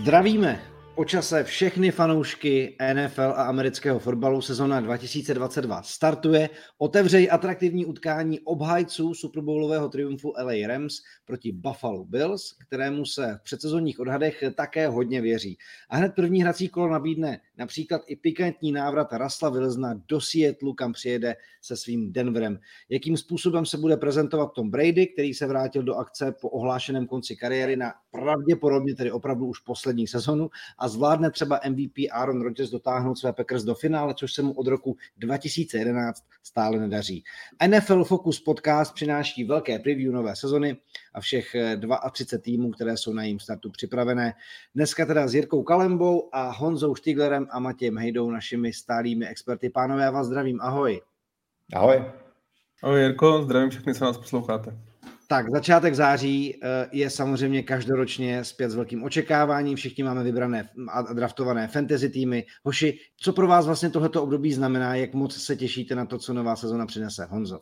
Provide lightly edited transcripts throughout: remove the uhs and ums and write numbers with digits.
Zdravíme po čase všechny fanoušky NFL a amerického fotbalu. Sezona 2022 startuje. Otevřejí atraktivní utkání obhájců superbowlového triumfu LA Rams proti Buffalo Bills, kterému se v předsezonních odhadech také hodně věří. A hned první hrací kolo nabídne například i pikantní návrat Russella Wilsona do Seattlu, kam přijede se svým Denverem. Jakým způsobem se bude prezentovat Tom Brady, který se vrátil do akce po ohlášeném konci kariéry na pravděpodobně tedy opravdu už poslední sezonu, a zvládne třeba MVP Aaron Rodgers dotáhnout své Packers do finále, což se mu od roku 2011 stále nedaří. NFL Focus podcast přináší velké preview nové sezony a všech 32 týmů, které jsou na jejím startu připravené. Dneska teda s Jirkou Kalembou a Honzou Štiglerem a Matějem Hejdou, našimi stálými experty. Pánové, já vás zdravím, ahoj. Ahoj. Ahoj Jirko, zdravím všechny, co nás posloucháte. Tak, začátek září je samozřejmě každoročně zpět s velkým očekáváním. Všichni máme vybrané a draftované fantasy týmy. Hoši, co pro vás vlastně tohleto období znamená? Jak moc se těšíte na to, co nová sezona přinese? Honzo.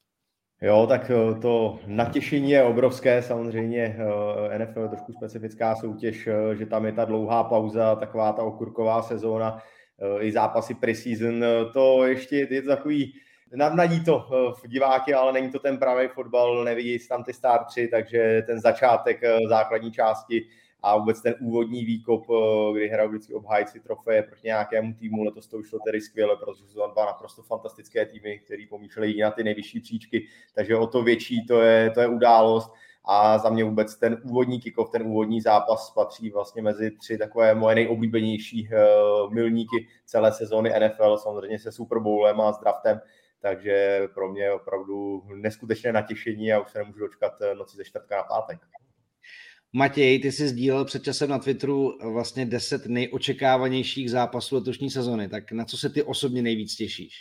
Jo, tak to natěšení je obrovské. Samozřejmě NFL je trošku specifická soutěž, že tam je ta dlouhá pauza, taková ta okurková sezóna, i zápasy preseason. To ještě je takový... Navnadí to v diváky, ale není to ten pravý fotbal, nevidí tam ty startři, takže ten začátek základní části a vůbec ten úvodní výkop, kdy hrajou vždycky obhájci trofeje proti nějakému týmu, letos to vyšlo tedy skvěle, protože jsou tam dva naprosto fantastické týmy, který pomýšleli na ty nejvyšší příčky, takže o to větší to je událost. A za mě vůbec ten úvodní kick-off, ten úvodní zápas patří vlastně mezi 3 takové moje nejoblíbenější milníky celé sezóny NFL, samozřejmě se Super Bowlem a s draftem. Takže pro mě je opravdu neskutečné natěšení a už se nemůžu dočkat noci ze čtvrtka na pátek. Matěj, ty jsi sdílel před časem na Twitteru vlastně 10 nejočekávanějších zápasů letošní sezony. Tak na co se ty osobně nejvíc těšíš?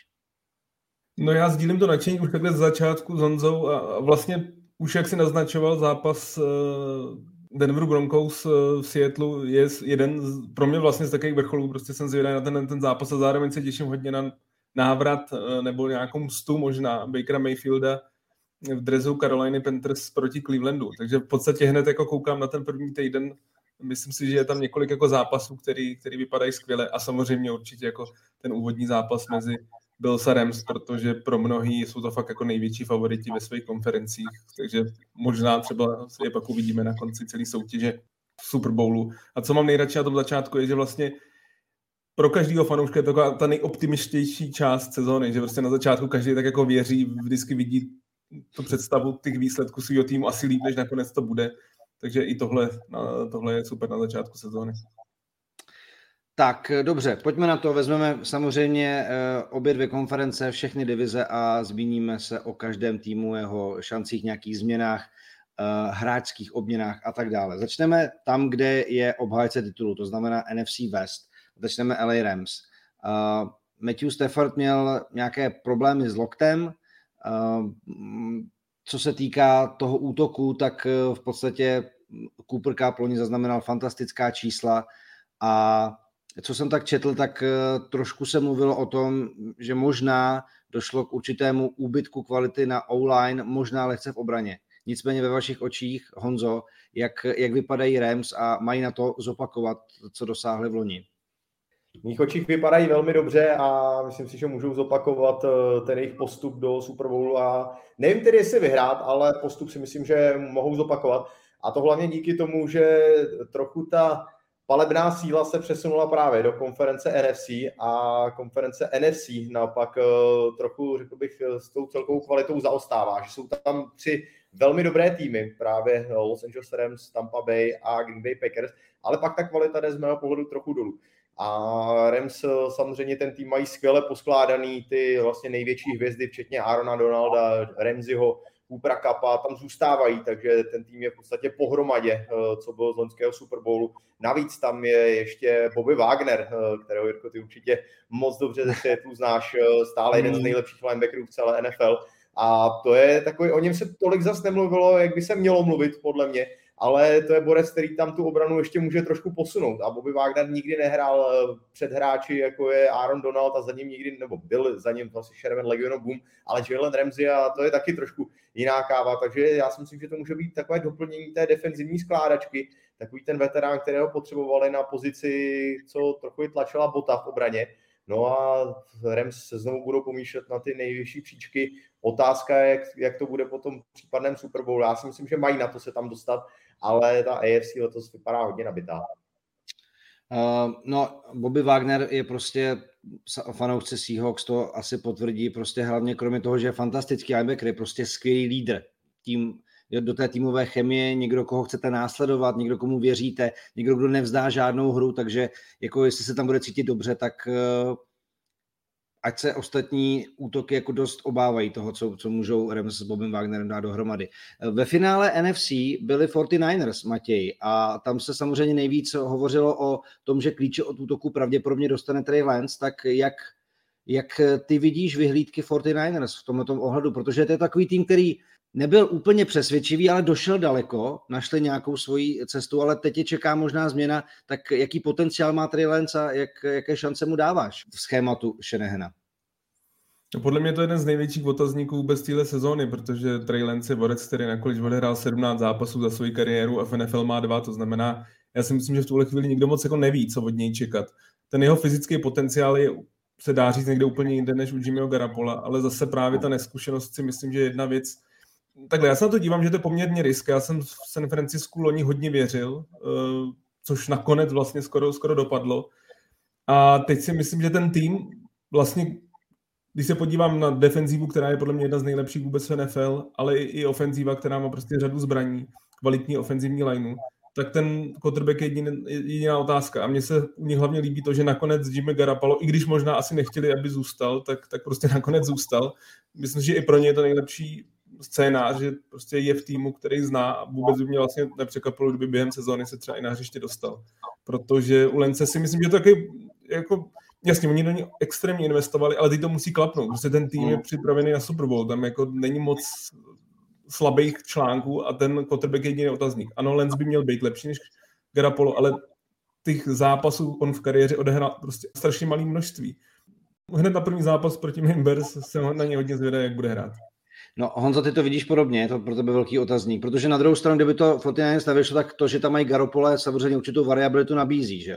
No já sdílím to nadšení už takhle z začátku s Honzou a vlastně už jak si naznačoval zápas Denveru Broncos v Seattlu je jeden pro mě vlastně z takových vrcholů. Prostě jsem zvědavý na ten zápas a zároveň se těším hodně na návrat nebo nějakou mstu možná Bakera Mayfielda v dresu Caroliny Panthers proti Clevelandu. Takže v podstatě hned jako koukám na ten první týden. Myslím si, že je tam několik jako zápasů, který vypadají skvěle a samozřejmě určitě jako ten úvodní zápas mezi Bills a Rams, protože pro mnohý jsou to fakt jako největší favoriti ve svých konferencích. Takže možná třeba je pak uvidíme na konci celé soutěže v Super Bowlu. A co mám nejradši na tom začátku je, že vlastně pro každého fanouška je taková ta nejoptimističtější část sezóny, že prostě na začátku každý tak jako věří, vždycky vidí tu představu těch výsledků svého týmu asi líp, než nakonec to bude. Takže i tohle je super na začátku sezóny. Tak dobře, pojďme na to. Vezmeme samozřejmě obě dvě konference, všechny divize a zmíníme se o každém týmu, jeho šancích, nějakých změnách, hráčských obměnách a tak dále. Začneme tam, kde je obhájce titulu, to znamená NFC West. Začneme LA Rams. Matthew Stafford měl nějaké problémy s loktem. Co se týká toho útoku, tak v podstatě Cooper Kupp loni zaznamenal fantastická čísla a co jsem tak četl, tak trošku se mluvilo o tom, že možná došlo k určitému úbytku kvality na O-line, možná lehce v obraně. Nicméně ve vašich očích, Honzo, jak vypadají Rams a mají na to zopakovat, co dosáhli v loni? V mých očích vypadají velmi dobře a myslím si, že můžou zopakovat ten jejich postup do Super Bowlu a nevím tedy, jestli vyhrát, ale postup si myslím, že mohou zopakovat. A to hlavně díky tomu, že trochu ta palebná síla se přesunula právě do konference NFC a konference NFC naopak trochu, řekl bych, s tou celkovou kvalitou zaostává, že jsou tam 3 velmi dobré týmy, právě Los Angeles Rams, Tampa Bay a Green Bay Packers, ale pak ta kvalita jde z mého pohledu trochu dolů. A Rams samozřejmě ten tým mají skvěle poskládaný, ty vlastně největší hvězdy, včetně Aarona Donalda, Ramseyho, Coopera Kuppa, tam zůstávají, takže ten tým je v podstatě pohromadě, co bylo z loňského Super Bowlu. Navíc tam je ještě Bobby Wagner, kterého, Jirko, ty určitě moc dobře ze Seattlu znáš, stále jeden z nejlepších linebackerů v celé NFL. A to je takový, o něm se tolik zas nemluvilo, jak by se mělo mluvit, podle mě. Ale to je borec, který tam tu obranu ještě může trošku posunout. A Bobby Wagner nikdy nehrál před hráči, jako je Aaron Donald a za ním nikdy, nebo byl za ním vlastně Sherman Legiono Boom, ale Jalen Ramsey a to je taky trošku jiná káva. Takže já si myslím, že to může být takové doplnění té defenzivní skládačky. takový ten veterán, kterého potřebovali na pozici, co trochu tlačila bota v obraně. No a Rams se znovu budou pomýšlet na ty nejvyšší příčky. Otázka je, jak to bude po tom případném Super Bowlu. Já si myslím, že mají na to se tam dostat, ale ta AFC letos vypadá hodně nabitá. No, Bobby Wagner je prostě fanoušci Seahawks, to asi potvrdí, prostě hlavně kromě toho, že je fantastický linebacker, je prostě skvělý lídr. Do té týmové chemie, někdo, koho chcete následovat, někdo, komu věříte, někdo, kdo nevzdá žádnou hru, takže jako jestli se tam bude cítit dobře, tak ať se ostatní útoky jako dost obávají toho, co můžou Rams s Bobem Wagnerem dát dohromady. Ve finále NFC byli 49ers, Matěj, a tam se samozřejmě nejvíc hovořilo o tom, že klíče od útoku pravděpodobně dostane Trey Lance, tak jak ty vidíš vyhlídky 49ers v tomto ohledu, protože to je takový tým, který nebyl úplně přesvědčivý, ale došel daleko, našli nějakou svoji cestu, ale teď je čeká možná změna, tak jaký potenciál má Trey Lance a jaké šance mu dáváš v schématu Shanahana? Podle mě to je jeden z největších otazníků vůbec téhle sezóny, protože Trey Lance je borec, který na college odehrál 17 zápasů za svou kariéru a v NFL má 2, to znamená, já si myslím, že v tuhle chvíli nikdo moc jako neví, co od něj čekat. Ten jeho fyzický potenciál je, se dá říct, někde úplně jinde než u Jimmyho Garapola, ale zase právě ta neskušenost si myslím, že je jedna věc. Takhle, já se na to dívám, že to je poměrně risk. Já jsem v San Francisku loni hodně věřil, což nakonec vlastně skoro dopadlo. A teď si myslím, že ten tým vlastně, když se podívám na defenzivu, která je podle mě jedna z nejlepších vůbec v NFL, ale i ofenziva, která má prostě řadu zbraní, kvalitní ofenzivní lineu, tak ten quarterback je jediná otázka. A mně se u nich hlavně líbí to, že nakonec Jimmy Garoppolo, i když možná asi nechtěli, aby zůstal, tak prostě nakonec zůstal. Myslím, že i pro ně je to nejlepší scénář, že prostě je v týmu, který zná a vůbec by mě vlastně nepřekvapilo, kdyby během sezóny se třeba i na hřiště dostal. Protože u Lance si myslím, že to taky jako jasně, oni do ní extrémně investovali, ale teď to musí klapnout. Prostě ten tým je připravený na Super Bowl, tam jako není moc slabých článků a ten quarterback je jediný otazník. Ano, Lance by měl být lepší než Garoppolo, ale těch zápasů on v kariéře odehrál prostě strašně malé množství. Hned na první zápas proti Bears jsem na něj hodně zvědavý, jak bude hrát. No, Honzo, ty to vidíš podobně, je to pro tebe velký otazník, protože na druhou stranu, kdyby to 49ers nevyšlo, tak to, že tam mají Garoppolo, samozřejmě určitou variabilitu nabízí, že jo?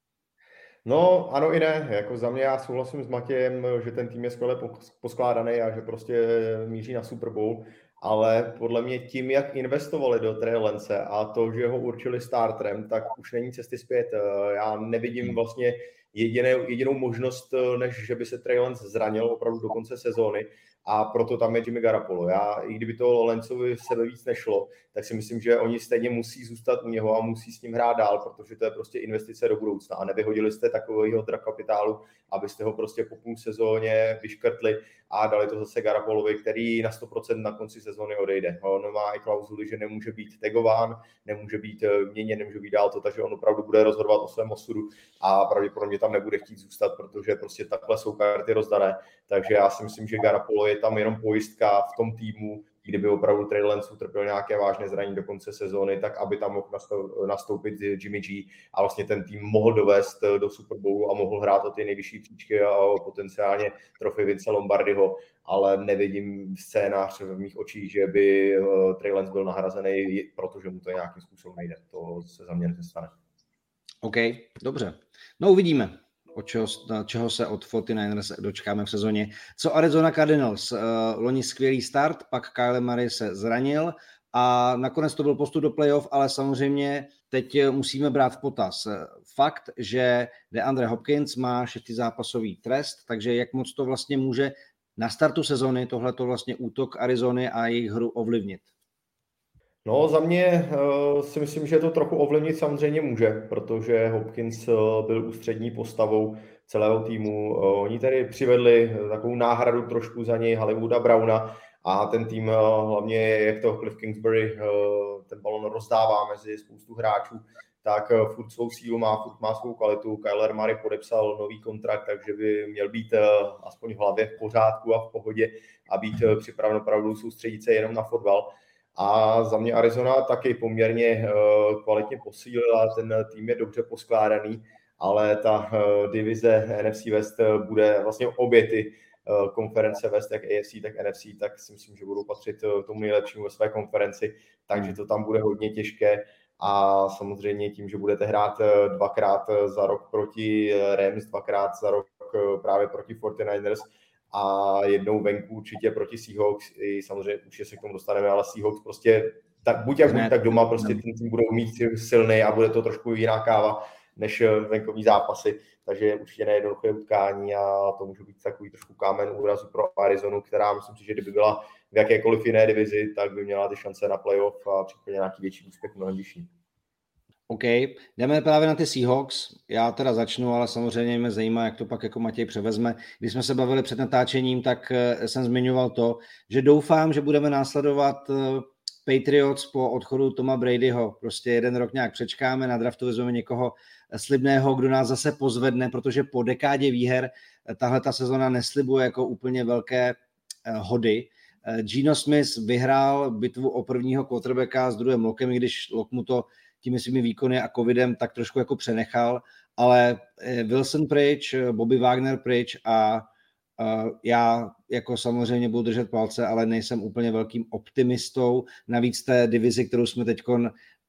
No, ano i ne. Jako za mě já souhlasím s Matějem, že ten tým je skvěle poskládaný a že prostě míří na Super Bowl, ale podle mě tím, jak investovali do Trey Lance a to, že ho určili starterem, tak už není cesty zpět. Já nevidím vlastně jedinou možnost, než že by se Trey Lance zranil opravdu do konce sezóny a proto tam je Jimmy Garoppolo. I kdyby to Lanceovi sebe víc nešlo, tak si myslím, že oni stejně musí zůstat u něho a musí s ním hrát dál, protože to je prostě investice do budoucna a nevyhodili jste takového kapitálu, abyste ho prostě po půl sezóně vyškrtli a dali to zase Garoppolovi, který na 100% na konci sezóny odejde. On má i klauzuli, že nemůže být tagován, nemůže být měněn, nemůže být dál to, takže on opravdu bude rozhodovat o svém osudu a pravděpodobně tam nebude chtít zůstat, protože prostě takhle jsou karty rozdané. Takže já si myslím, že Garoppolo je tam jenom pojistka v tom týmu, kdyby opravdu Trey Lance utrpěl nějaké vážné zranění do konce sezóny, tak aby tam mohl nastoupit Jimmy G a vlastně ten tým mohl dovést do Super Bowlu a mohl hrát o ty nejvyšší příčky a potenciálně trofej Vince Lombardiho, ale nevidím scénář v mých očích, že by Trey Lance byl nahrazený, protože mu to nějakým způsobem nejde. To se za mě nestane. OK, dobře. No uvidíme, čeho se od 49ers dočkáme v sezóně. Co Arizona Cardinals? Loni skvělý start, pak Kyler Murray se zranil a nakonec to byl postup do playoff, ale samozřejmě teď musíme brát v potaz fakt, že DeAndre Hopkins má 6zápasový trest, takže jak moc to vlastně může na startu sezóny tohleto vlastně útok Arizony a jejich hru ovlivnit? No, za mě si myslím, že to trochu ovlivnit samozřejmě může, protože Hopkins byl ústřední postavou celého týmu. Oni tady přivedli takovou náhradu trošku za něj Hollywooda Browna a ten tým hlavně, jak to Cliff Kingsbury ten balon rozdává mezi spoustu hráčů, tak furt svou sílu furt má svou kvalitu. Kyler Murray podepsal nový kontrakt, takže by měl být aspoň v hlavě v pořádku a v pohodě a být připraven opravdu soustředit se jenom na fotbal. A za mě Arizona taky poměrně kvalitně posílila, ten tým je dobře poskládaný, ale ta divize NFC West bude vlastně obě ty konference West, jak AFC, tak NFC, tak si myslím, že budou patřit tomu nejlepšímu ve své konferenci, takže to tam bude hodně těžké. a samozřejmě tím, že budete hrát dvakrát za rok proti Rams, dvakrát za rok právě proti 49ers a jednou venku určitě proti Seahawks, i samozřejmě určitě se k tomu dostaneme, ale Seahawks prostě tak buď tak doma prostě ten tým budou mít silný a bude to trošku jiná káva než venkovní zápasy, takže určitě nejednoduché utkání a to může být takový trošku kámen úrazu pro Arizonu, která myslím si, že kdyby byla v jakékoliv jiné divizi, tak by měla ty šance na playoff a případně nějaký větší úspěch mnohem vyšší. OK, jdeme právě na ty Seahawks. Já teda začnu, ale samozřejmě mě zajímá, jak to pak jako Matěj převezme. Když jsme se bavili před natáčením, tak jsem zmiňoval to, že doufám, že budeme následovat Patriots po odchodu Toma Bradyho. Prostě jeden rok nějak přečkáme, na draftu vezmeme někoho slibného, kdo nás zase pozvedne, protože po dekádě výher tahle ta sezona neslibuje jako úplně velké hody. Geno Smith vyhrál bitvu o prvního quarterbacka s druhým Lockem, i když Lock mu to těmi svými výkony a covidem tak trošku jako přenechal, ale Wilson pryč, Bobby Wagner pryč a já jako samozřejmě budu držet palce, ale nejsem úplně velkým optimistou. Navíc té divizi, kterou jsme teďkon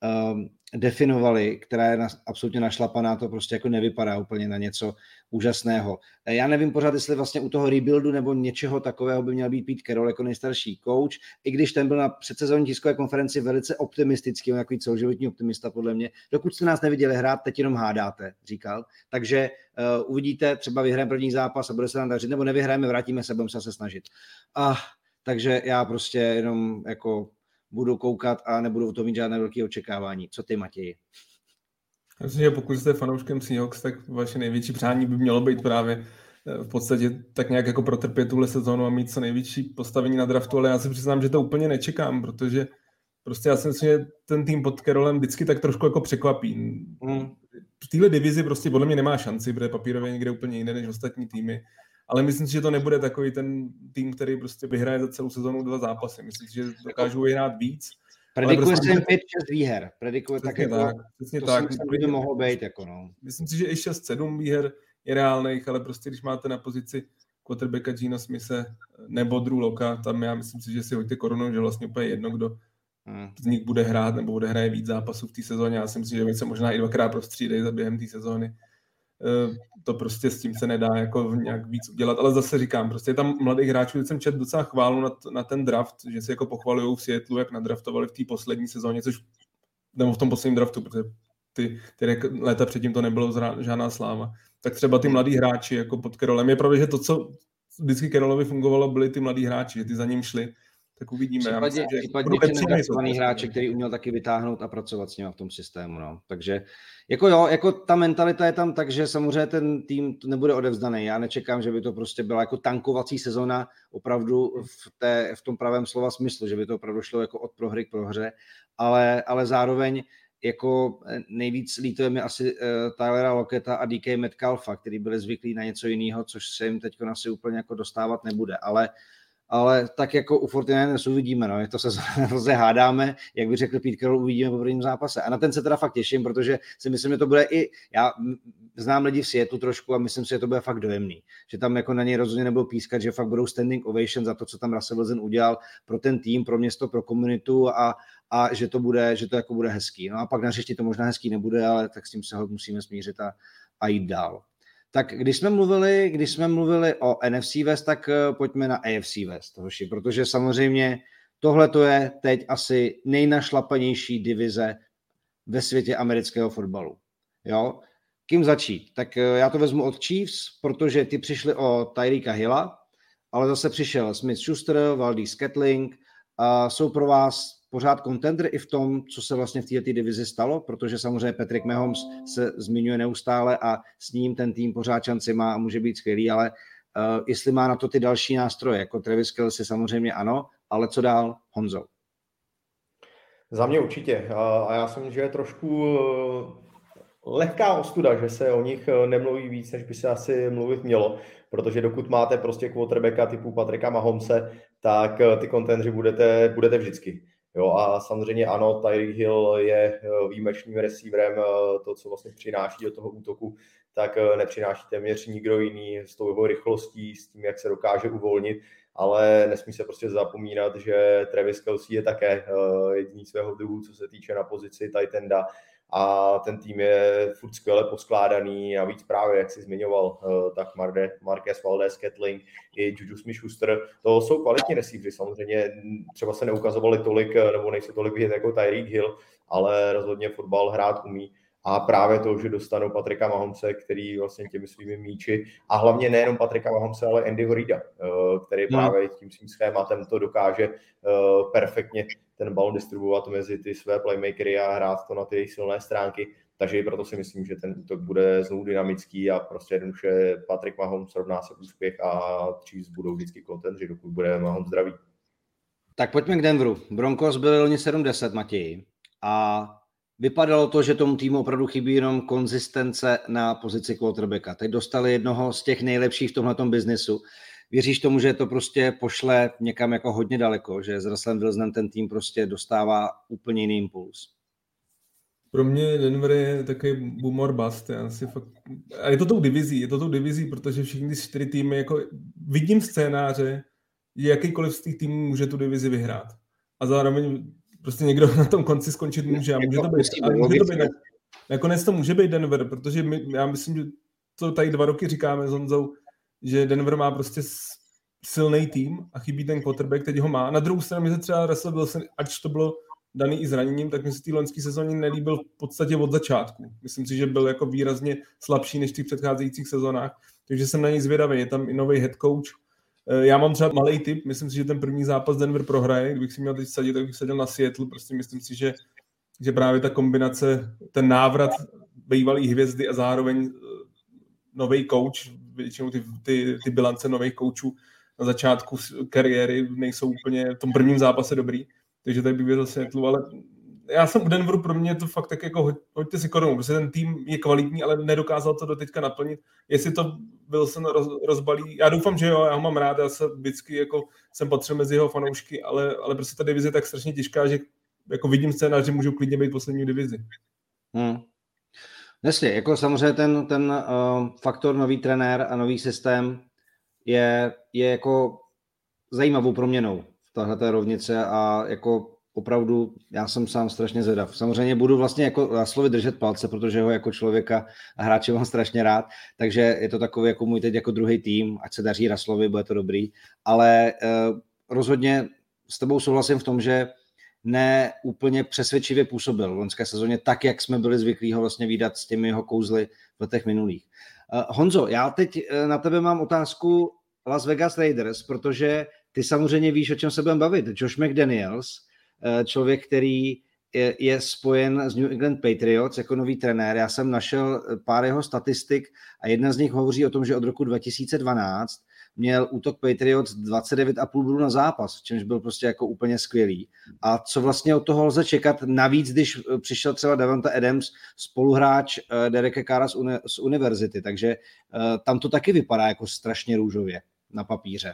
definovali, která je absolutně našlapaná, to prostě jako nevypadá úplně na něco úžasného. Já nevím pořád, jestli vlastně u toho rebuildu nebo něčeho takového by měl být Pete Carroll jako nejstarší coach, i když ten byl na předsezónní tiskové konferenci velice optimistický, on takový celoživotní optimista podle mě. Dokud jste nás neviděli hrát, teď jenom hádáte, říkal. Takže uvidíte, třeba vyhrajeme první zápas a bude se nám dařit, nebo nevyhrajeme, vrátíme se, budeme se snažit. Takže já prostě jenom jako budu koukat a nebudu o tom mít žádné velké očekávání. Co ty, Matěji? Myslím, že pokud jste fanouškem Seahawks, tak vaše největší přání by mělo být právě v podstatě tak nějak jako protrpět tuhle sezónu a mít co největší postavení na draftu, ale já si přiznám, že to úplně nečekám, protože prostě já si myslím, že ten tým pod Carrollem vždycky tak trošku jako překvapí. V téhle divizi prostě podle mě nemá šanci, protože papírově někde úplně jiné než ostatní týmy. Ale myslím si, že to nebude takový ten tým, který prostě vyhraje za celou sezonu 2 zápasy. Myslím si, že dokážou vyhrát víc. Predikuje se jim 5-6 výher. Predikuje tak, jako, přesně to tak. Si myslím, že by mohlo být. Jako, no. Myslím si, že i 6-7 výher je reálných, ale prostě když máte na pozici quarterbacka Geno Smithe nebo Drew Locka, tam já myslím si, že si hoďte korunou, že vlastně úplně jedno, kdo z nich bude hrát nebo bude hrát víc zápasů v té sezóně. Já si myslím, že se možná i 2krát prostřídají za během té sezóny. To prostě s tím se nedá jako nějak víc udělat, ale zase říkám, prostě je tam mladých hráčů, teď jsem četl docela chválu na ten draft, že si jako pochvalujou v Seattlu, jak nadraftovali v té poslední sezóně, což nebo v tom posledním draftu, protože ty léta předtím to nebylo žádná sláva. Tak třeba ty mladí hráči jako pod Carrollem, je pravda, že to, co vždycky Carrollovi fungovalo, byli ty mladí hráči, že ty za ním šli, tak uvidíme. Případně nedraftovaný hráče, který uměl taky vytáhnout a pracovat s ním v tom systému. No. Takže jako ta mentalita je tam tak, že samozřejmě ten tým nebude odevzdaný. Já nečekám, že by to prostě byla jako tankovací sezona opravdu v tom pravém slova smyslu, že by to opravdu šlo jako od prohry k prohře, ale zároveň jako nejvíc lítujeme asi Tylera Locketta a DK Metcalfa, který byli zvyklí na něco jiného, což se jim teď asi úplně jako dostávat nebude, ale tak jako u 49ers uvidíme, no, je to se hádáme, jak by řekl Pete Carroll, uvidíme po prvním zápase. A na ten se teda fakt těším, protože si myslím, že to bude i, já znám lidi v Seattlu trošku a myslím si, že to bude fakt dojemný. Že tam jako na něj rozhodně nebyl pískat, že fakt budou standing ovation za to, co tam Russell Wilson udělal pro ten tým, pro město, pro komunitu a že to jako bude hezký. No a pak na hřišti to možná hezký nebude, ale tak s tím se musíme smířit a jít dál. Tak když jsme mluvili o NFC West, tak pojďme na AFC West, hoši, protože samozřejmě tohle to je teď asi nejnašlapanější divize ve světě amerického fotbalu. Jo? Kým začít? Tak já to vezmu od Chiefs, protože ty přišli o Tyreeka Hilla, ale zase přišel Smith-Schuster, Valdez-Scantling. Jsou pro vás pořád contender i v tom, co se vlastně v této divizi stalo, protože samozřejmě Patrick Mahomes se zmiňuje neustále a s ním ten tým pořád šanci má a může být skvělý, ale jestli má na to ty další nástroje, jako Travis Kelce samozřejmě ano, ale co dál, Honzo? Za mě určitě. A já si myslím, že je trošku lehká ostuda, že se o nich nemluví víc, než by se asi mluvit mělo, protože dokud máte prostě quarterbacka typu Patricka Mahomese, tak ty contendři budete vždycky. Jo, a samozřejmě ano, Tyreek Hill je výjimečným receiverem, to, co vlastně přináší do toho útoku, tak nepřináší téměř nikdo jiný s tou jeho rychlostí, s tím, jak se dokáže uvolnit, ale nesmí se prostě zapomínat, že Travis Kelce je také jediný svého druhu, co se týče na pozici tight enda, a ten tým je furt skvěle poskládaný a víc právě, jak jsi zmiňoval, tak Marquez Valdes-Scantling i Juju Smith-Schuster, to jsou kvalitní receiveři, samozřejmě třeba se neukazovali tolik, nebo nejsou tolik vidět jako Tyreek Hill, ale rozhodně fotbal hrát umí. A právě to, že dostanou Patricka Mahomese, který vlastně těmi svými míči, a hlavně nejenom Patricka Mahomese, ale Andyho Reida, který právě tím svým schématem to dokáže perfektně ten balon distribuovat mezi ty své playmakery a hrát to na ty silné stránky. Takže proto si myslím, že ten útok bude znovu dynamický a prostě jednoduše Patrick Mahomes rovná se úspěch a Chiefs budou vždycky kontendři, dokud bude Mahomes zdravý. Tak pojďme k Denveru. Broncos byli loni 7-10, Matěj. A vypadalo to, že tomu týmu opravdu chybí jenom konzistence na pozici quarterbacka. Teď dostali jednoho z těch nejlepších v tomhletom biznesu. Věříš tomu, že to prostě pošle někam jako hodně daleko, že s Russellem Wilsonem ten tým prostě dostává úplně jiný impuls? Pro mě Denver je takový boom or bust. A je to tou divizí, protože všichni ty 4 týmy, jako vidím scénáře, že jakýkoliv z těch týmů může tu divizi vyhrát. A zároveň prostě někdo na tom konci skončit může. A může to být nakonec to může být Denver, protože já myslím, že to tady 2 roky říkáme s Honzou, že Denver má prostě silný tým a chybí ten quarterback, teď ho má. Na druhou stranu mi se třeba Russell Wilson, ač to bylo daný i zraněním, tak mi se té loňské sezóně nelíbil v podstatě od začátku. Myslím si, že byl jako výrazně slabší než v těch předcházejících sezónách, takže jsem na něj zvědavý. Je tam i nový head coach. Já mám třeba malej tip, myslím si, že ten první zápas Denver prohraje. Kdybych si měl teď sadit, tak bych sadil na Seattle. Prostě myslím si, že právě ta kombinace, ten návrat bývalý hvězdy a zároveň nový coach, většinou ty bilance nových coachů na začátku kariéry nejsou úplně v tom prvním zápase dobrý, takže tady bych věděl Seattle, ale já jsem u Denveru, pro mě je to fakt tak jako hoďte si korunu, protože ten tým je kvalitní, ale nedokázal to do teďka naplnit. Jestli to Wilson rozbalí, já doufám, že jo, já ho mám rád, já se vždycky jako jsem patřil mezi jeho fanoušky, ale prostě ta divize je tak strašně těžká, že jako vidím scénář, že můžou klidně být poslední divizi. Jasně, jako samozřejmě ten faktor nový trenér a nový systém je jako zajímavou proměnou v téhleté rovnice a jako opravdu já jsem sám strašně zvědav. Samozřejmě budu vlastně jako na slovy držet palce, protože ho jako člověka a hráče mám strašně rád, takže je to takový jako můj teď jako druhý tým, ať se daří Russellovi, bude to dobrý, ale rozhodně s tebou souhlasím v tom, že ne úplně přesvědčivě působil v loňské sezóně, tak, jak jsme byli zvyklí ho vlastně vídat s těmi jeho kouzly v letech minulých. Honzo, já teď na tebe mám otázku Las Vegas Raiders, protože ty samozřejmě víš, o čem se budeme bavit. Josh McDaniels, člověk, který je spojen s New England Patriots jako nový trenér. Já jsem našel pár jeho statistik a jedna z nich hovoří o tom, že od roku 2012 měl útok Patriots 29,5 bodů na zápas, čímž byl prostě jako úplně skvělý. A co vlastně od toho lze čekat? Navíc, když přišel třeba Davante Adams, spoluhráč Dereka Carra z univerzity, takže tam to taky vypadá jako strašně růžově na papíře.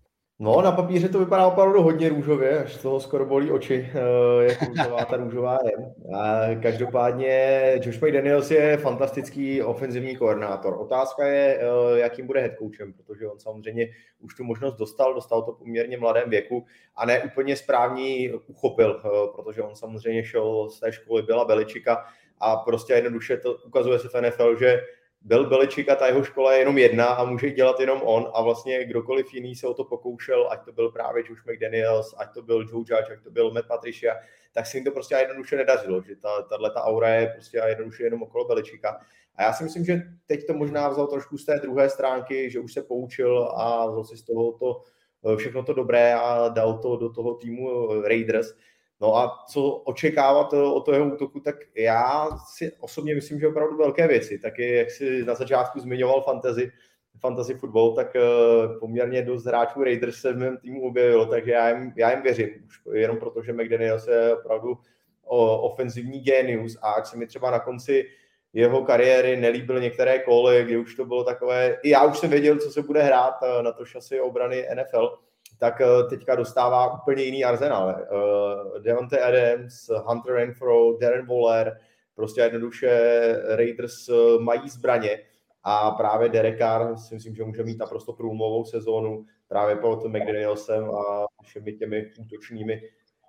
No, na papíře to vypadá opravdu hodně růžově, až toho skoro bolí oči, jak růžová ta růžová je. A každopádně Josh McDaniels je fantastický ofenzivní koordinátor. Otázka je, jakým bude headcoachem, protože on samozřejmě už tu možnost dostal to v poměrně mladém věku a ne úplně správně uchopil, protože on samozřejmě šel z té školy Billa Belichicka a prostě jednoduše to ukazuje se v NFL, že Bill Belichick a ta jeho škola je jenom jedna a může dělat jenom on a vlastně kdokoliv jiný se o to pokoušel, ať to byl právě Josh McDaniels, ať to byl Joe Judge, ať to byl Matt Patricia, tak se jim to prostě jednoduše nedařilo, že tato aura je prostě jednoduše jenom okolo Belichicka. A já si myslím, že teď to možná vzal trošku z té druhé stránky, že už se poučil a vzal si z toho všechno to dobré a dal to do toho týmu Raiders. No a co očekávat od toho jeho útoku, tak já si osobně myslím, že opravdu velké věci. Taky, jak si na začátku zmiňoval fantasy football, tak poměrně dost hráčů Raiders se v mém týmu objevilo, takže já jim věřím. Už jenom proto, že McDaniels je opravdu ofenzivní génius a ať se mi třeba na konci jeho kariéry nelíbil některé koly, kdy už to bylo takové, i já už jsem věděl, co se bude hrát na to šasy obrany NFL, tak teďka dostává úplně jiný arzenál. Devontae Adams, Hunter Renfrow, Darren Waller, prostě jednoduše Raiders mají zbraně a právě Derek Carr si myslím, že může mít naprosto průlomovou sezónu právě pod McDanielsem a všemi těmi útočnými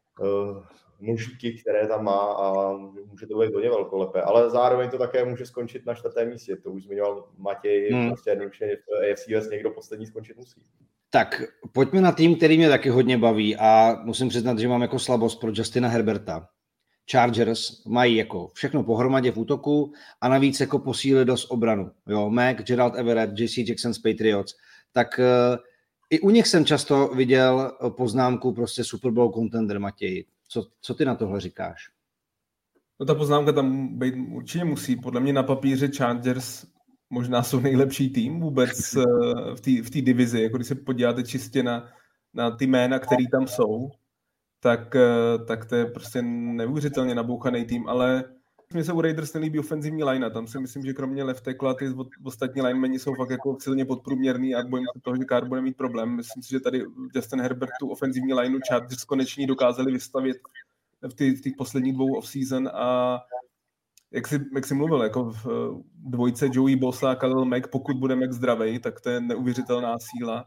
nožíky, které tam má a může to být hodně velkolepé, ale zároveň to také může skončit na 4. místě, to už zmiňoval Matěj, prostě jednoduše v AFC West někdo poslední skončit musí. Tak pojďme na tým, který mě taky hodně baví a musím přiznat, že mám jako slabost pro Justina Herberta. Chargers mají jako všechno pohromadě v útoku a navíc jako posílili dost obranu. Jo, Mac, Gerald Everett, JC Jackson z Patriots. Tak i u nich jsem často viděl poznámku prostě Super Bowl contender, Matěj. Co ty na tohle říkáš? No ta poznámka tam být určitě musí. Podle mě na papíře Chargers možná jsou nejlepší tým vůbec v té divizi. Jako když se podíváte čistě na ty jména, který tam jsou, tak to je prostě neuvěřitelně nabouchaný tým, ale mně se u Raiders nelíbí ofenzivní linea. Tam si myslím, že kromě left tackle ty ostatní linemeni jsou fakt jako silně podprůměrný a bojím se toho, že Carr bude mít problém. Myslím si, že tady Justin Herbert tu ofenzivní lineu Chargers konečně dokázali vystavit v těch posledních 2 off-season a jak jsi mluvil, jako v dvojce Joey Bosa a Khalil Mack, pokud bude Mack zdravej, tak to je neuvěřitelná síla.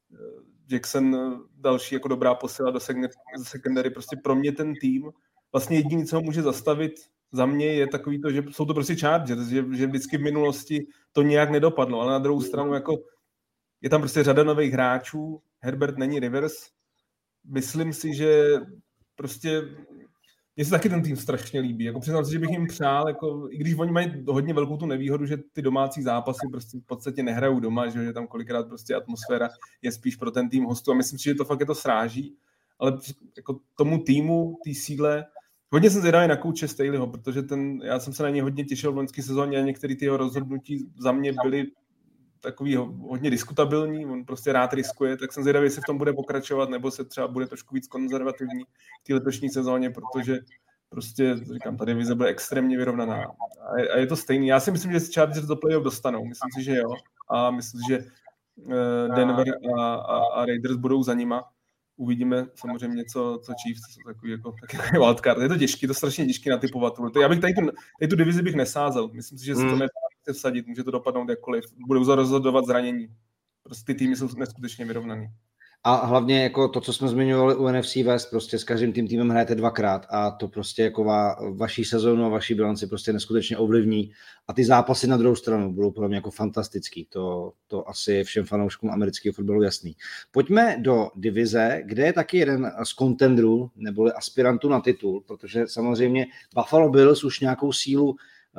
Jackson další jako dobrá posila do secondary. Prostě pro mě ten tým, vlastně jediný, co ho může zastavit za mě, je takový to, že jsou to prostě Chargers, že vždycky v minulosti to nějak nedopadlo, ale na druhou stranu jako je tam prostě řada nových hráčů, Herbert není Rivers. Myslím si, že prostě mně se taky ten tým strašně líbí. Jako přiznám si, že bych jim přál, jako, i když oni mají hodně velkou tu nevýhodu, že ty domácí zápasy prostě v podstatě nehrajou doma, že tam kolikrát prostě atmosféra je spíš pro ten tým hostů a myslím si, že to fakt je to sráží, ale jako tomu týmu, té síle, hodně jsem zvědavý na kouče Staleyho, protože já jsem se na něj hodně těšil v loňské sezóně a některé ty jeho rozhodnutí za mě byly takový hodně diskutabilní, on prostě rád riskuje, tak jsem zvědavý, jestli v tom bude pokračovat, nebo se třeba bude trošku víc konzervativní v té letošní sezóně, protože prostě, říkám, ta divize bude extrémně vyrovnaná. A je to stejný. Já si myslím, že Chargers do playoff dostanou. Myslím si, že jo. A myslím si, že Denver a Raiders budou za nima. Uvidíme samozřejmě, co Chiefs, takový jako wildcard. Je to těžké, to strašně těžké natypovat. Já bych tady tu divizi bych nesázel. Myslím si, že se to nedá vsadit, může to dopadnout jakkoliv. Budou rozhodovat zranění. Prostě ty týmy jsou neskutečně vyrovnaný. A hlavně jako to, co jsme zmiňovali u NFC West, prostě s každým týmem hrajete 2krát a to prostě jako vaší sezónu a vaší bilanci prostě neskutečně ovlivní a ty zápasy na druhou stranu budou pro mě jako fantastický. To asi je všem fanouškům amerického fotbalu jasný. Pojďme do divize, kde je taky jeden z contendrů, neboli aspirantů na titul, protože samozřejmě Buffalo Bills už nějakou sílu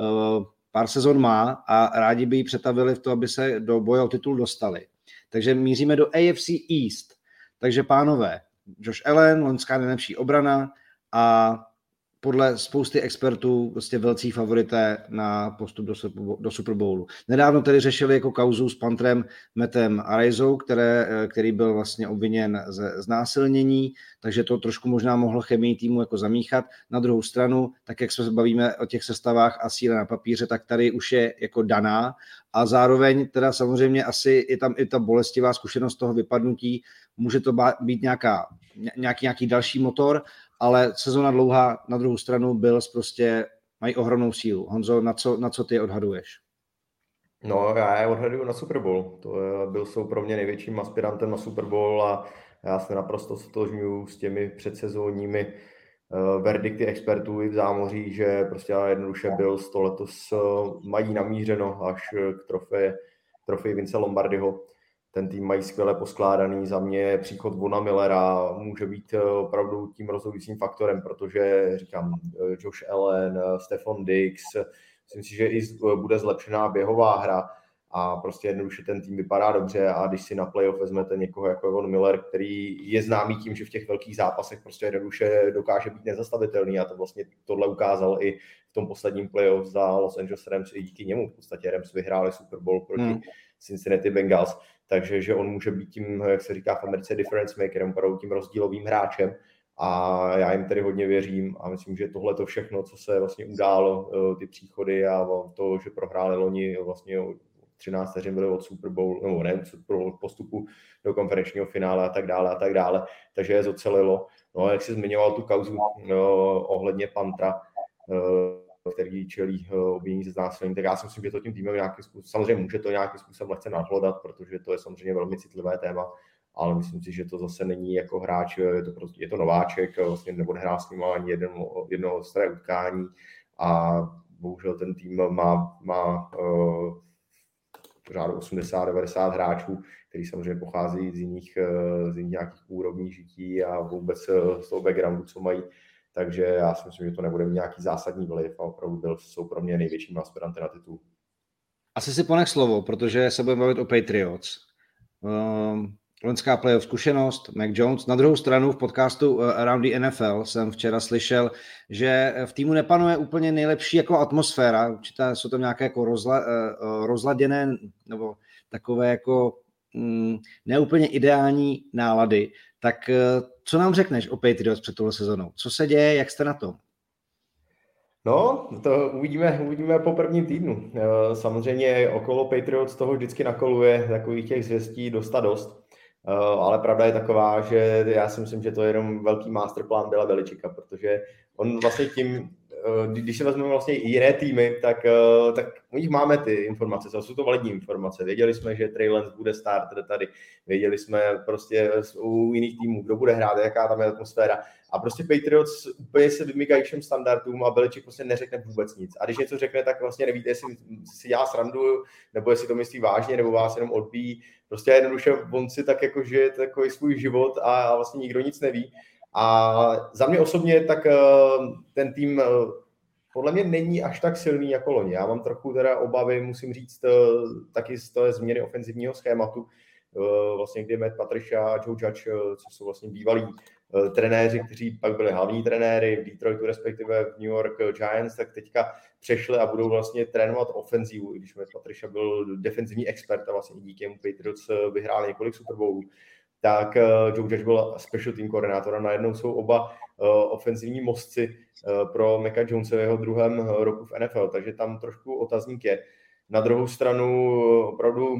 pár sezon má a rádi by ji přetavili v to, aby se do boje o titul dostali. Takže míříme do AFC East. Takže pánové, Josh Allen, loňská nejlepší obrana a podle spousty expertů prostě velcí favorité na postup do Super Bowlu. Nedávno tedy řešili jako kauzu s pantrem Mattem Araizu, který byl vlastně obviněn ze znásilnění, takže to trošku možná mohlo chemii týmu jako zamíchat. Na druhou stranu, tak jak se bavíme o těch sestavách a síle na papíře, tak tady už je jako daná a zároveň teda samozřejmě asi je tam i ta bolestivá zkušenost toho vypadnutí, může to být nějaký další motor, ale sezóna dlouhá, na druhou stranu Bills prostě mají ohromnou sílu. Honzo, na co ty odhaduješ? No, já je odhaduju na Super Bowl. Bills jsou pro mě největším aspirantem na Super Bowl a já se naprosto stotožňuji s těmi předsezónními verdikty expertů i v zámoří, že prostě jednoduše Bills to letos mají namířeno až k trofeji Vince Lombardiho. Ten tým mají skvěle poskládaný. Za mě příchod Vona Millera může být opravdu tím rozhodujícím faktorem, protože říkám, Josh Allen, Stephon Diggs, myslím si, že i bude zlepšená běhová hra a prostě jednoduše ten tým vypadá dobře a když si na playoff vezmete někoho jako Von Miller, který je známý tím, že v těch velkých zápasech prostě jednoduše dokáže být nezastavitelný a to vlastně tohle ukázal i v tom posledním playoff za Los Angeles Rams i díky němu. V podstatě Rams vyhráli Super Bowl proti Cincinnati Bengals. Takže že on může být tím, jak se říká v Americe, difference makerem, opravdu tím rozdílovým hráčem a já jim tedy hodně věřím a myslím, že tohle to všechno, co se vlastně událo, ty příchody a to, že prohráli loni vlastně 13 vteřin byly od Super Bowl, nebo ne, od Super Bowl, postupu do konferenčního finále a tak dále, takže je zocelilo. No, jak jsi zmiňoval tu kauzu ohledně Pantra, který čelí obvinění ze znásilnění, tak já si myslím, že to tím týmem nějakým způsobem, samozřejmě může to nějakým způsobem lehce nadhlodat, protože to je samozřejmě velmi citlivé téma, ale myslím si, že to zase není jako hráč, je to nováček, vlastně neodehrál s ním ani jedno ostré utkání a bohužel ten tým má řádu 80-90 hráčů, který samozřejmě pochází z jiných nějakých úrovní žití a vůbec z toho backgroundu, co mají. Takže já si myslím, že to nebude mít nějaký zásadní vliv a opravdu jsou pro mě největším aspiranty na titul. Asi si ponech slovo, protože se budeme bavit o Patriots. Loňská playoff zkušenost, Mac Jones. Na druhou stranu v podcastu Around the NFL jsem včera slyšel, že v týmu nepanuje úplně nejlepší jako atmosféra. Určitě jsou tam nějaké jako rozladěné nebo takové jako neúplně ideální nálady. Tak co nám řekneš o Patriots před touhle sezónou? Co se děje, jak jste na tom? No, to uvidíme po prvním týdnu. Samozřejmě okolo Patriots toho vždycky nakoluje takových těch zvěstí dost a dost. Ale pravda je taková, že já si myslím, že to je jenom velký masterplán Billa Belichicka, protože on vlastně tím, když se vezmeme vlastně i jiné týmy, tak u nich máme ty informace, jsou to validní informace. Věděli jsme, že Trey Lance bude starter tady, věděli jsme prostě u jiných týmů, kdo bude hrát, jaká tam je atmosféra. A prostě Patriots úplně se vymykají všem standardům a Belichick prostě neřekne vůbec nic. A když něco řekne, tak vlastně nevíte, jestli si dělá srandu, nebo jestli to myslí vážně, nebo vás jenom odbíjí. Prostě jednoduše on si tak jako žije takový svůj život a vlastně nikdo nic neví. A za mě osobně tak ten tým podle mě není až tak silný jako loni. Já mám trochu teda obavy, musím říct, taky z té změny ofenzivního schématu, vlastně kdy Matt Patricia a Joe Judge, co jsou vlastně bývalí trenéři, kteří pak byli hlavní trenéry v Detroitu, respektive v New York Giants, tak teďka přešli a budou vlastně trénovat ofenzivu, i když Matt Patricia byl defenzivní expert a vlastně díky mu Patriots vyhrál několik Super Bowlů. Tak Joe Judge byl special team koordinátor a najednou jsou oba ofenzivní mozci pro Maca Jonese v jeho druhém roku v NFL, takže tam trošku otazník je. Na druhou stranu opravdu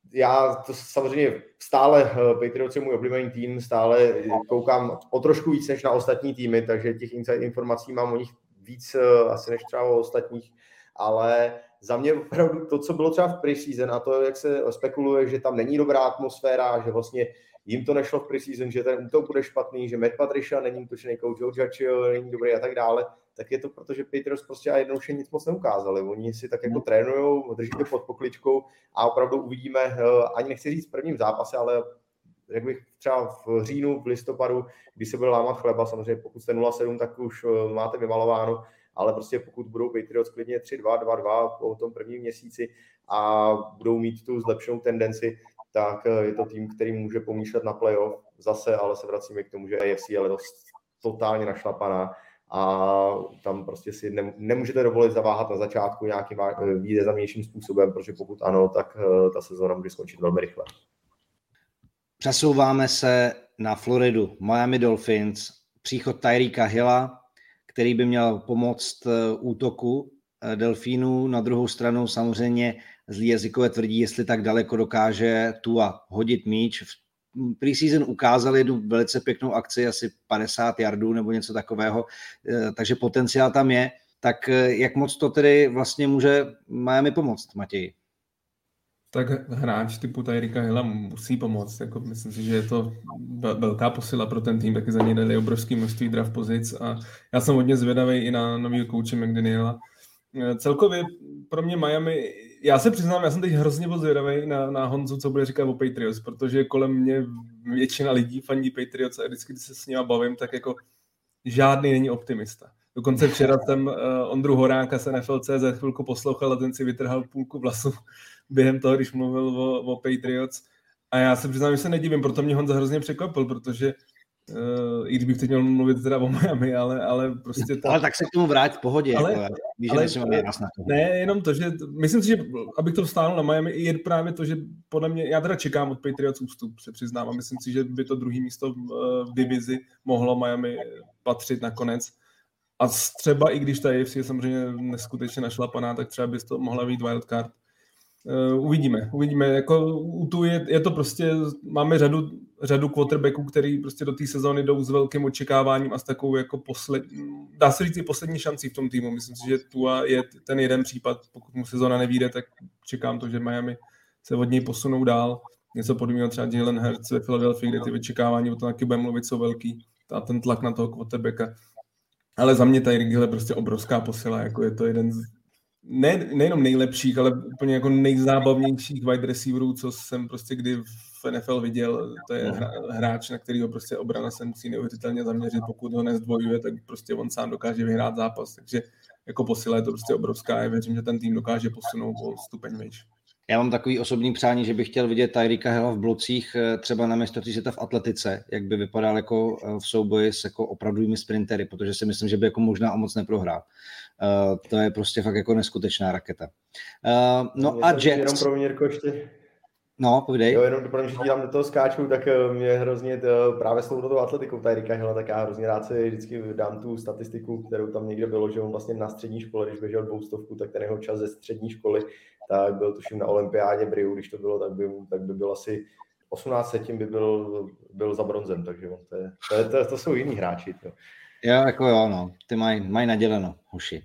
já to samozřejmě stále Patriots je můj oblíbený tým, stále koukám o trošku víc než na ostatní týmy, takže těch inside informací mám o nich víc asi než třeba o ostatních, ale za mě opravdu to, co bylo třeba v preseason a to, jak se spekuluje, že tam není dobrá atmosféra, že vlastně jim to nešlo v preseason, že ten útok bude špatný, že Matt Patricia není útočný coach, Joe Judge není dobrý a tak dále, tak je to proto, že Patriots prostě a jednoduše nic moc neukázali. Oni si tak jako trénujou, drží to pod pokličkou a opravdu uvidíme, ani nechci říct v prvním zápase, ale jak bych třeba v říjnu, v listopadu, když se bude lámat chleba, samozřejmě pokud jste 0-7, tak už máte vymalováno, ale prostě pokud budou Patriots klidně 3-2, 2-2 po tom prvním měsíci a budou mít tu zlepšenou tendenci, tak je to tým, který může pomýšlet na playoff. Zase, ale se vracíme k tomu, že AFC je letos totálně našlapaná a tam prostě si nemůžete dovolit zaváhat na začátku nějakým významnějším způsobem, protože pokud ano, tak ta sezóna může skončit velmi rychle. Přesouváme se na Floridu. Miami Dolphins, příchod Tyreeka Hilla, který by měl pomoct útoku Delfínů. Na druhou stranu samozřejmě zlý jazykové tvrdí, jestli tak daleko dokáže Tua hodit míč. V preseason ukázal jednu velice pěknou akci, asi 50 yardů nebo něco takového, takže potenciál tam je. Tak jak moc to tedy vlastně může Miami pomoct, Matěj? Tak hráč typu Tyreeka Hilla musí pomoct. Jako myslím si, že je to velká posila pro ten tým, taky za něj dali obrovský množství draft pozic a já jsem hodně zvědavý i na novýho kouče McDaniela. Celkově pro mě Miami, já se přiznám, já jsem teď hrozně moc zvědavý na Honzu, co bude říkat o Patriots, protože kolem mě většina lidí fandí Patriots a vždycky, když se s nima bavím, tak jako žádný není optimista. Dokonce včera jsem Ondru Horáka z NFL.cz chvilku poslouchal a ten si vytrhal půlku vlasů během toho, když mluvil o Patriots. A já se přiznám, že se nedivím, proto mě Honza hrozně překvapil, protože i když bych teď měl mluvit teda o Miami, ale prostě... Ale tak se k tomu vrát v pohodě. Ne, jenom to, že myslím si, že abych to vstánul na Miami, je právě to, že podle mě, já teda čekám od Patriots ústup, se přiznám, a myslím si, že by to druhý místo v divizi mohlo Miami patřit nakonec. A třeba i když ta AFC je samozřejmě neskutečně našlapaná, tak třeba by to mohla být wildcard. Uvidíme. Jako u tu je to prostě, máme řadu quarterbacků, který prostě do té sezóny jdou s velkým očekáváním a s takovou jako dá se říct i poslední šancí v tom týmu. Myslím si, že Tua je ten jeden případ, pokud mu sezóna nevyjde, tak čekám to, že Miami se od něj posunou dál. Něco podobného třeba Jalen Hurts ve Philadelphii, kde ty očekávání o tom taky budeme mluvit, jsou velký. A ten tlak na toho quarterbacka. Ale za mě Tyreek Hill je prostě obrovská posila, jako je to jeden z nejenom nejlepších, ale úplně jako nejzábavnějších wide receiverů, co jsem prostě kdy v NFL viděl. To je hráč, na kterýho prostě obrana se musí neuvěřitelně zaměřit, pokud ho nezdvojuje, tak prostě on sám dokáže vyhrát zápas. Takže jako posila je to prostě obrovská. Já věřím, že ten tým dokáže posunout o stupeň výš. Já mám takový osobní přání, že bych chtěl vidět Tyreeka Hilla v blocích třeba na mistrovství světa v atletice, jak by vypadal jako v souboji s jako opravdovými sprintery, protože si myslím, že by jako možná o moc neprohrál. To je prostě fakt jako neskutečná raketa. No a Jets... Jenom pro mě, Jirko, ještě... No, povídej. Jo, jenom protože dílám do toho skáču, tak mě hrozně právě s touto atletikou Tyreeka Hilla, tak já hrozně rád si vždycky dám tu statistiku, kterou tam někde bylo, že on vlastně na střední škole, když běžel 200, tak ten jeho čas ze střední školy, tak byl tuším na olympiádě v Riu, když to bylo, tak by byl asi 18 setin by byl za bronzem, takže to jsou jiní hráči. To. Jo, jako jo, no, ty mají naděleno, hoši.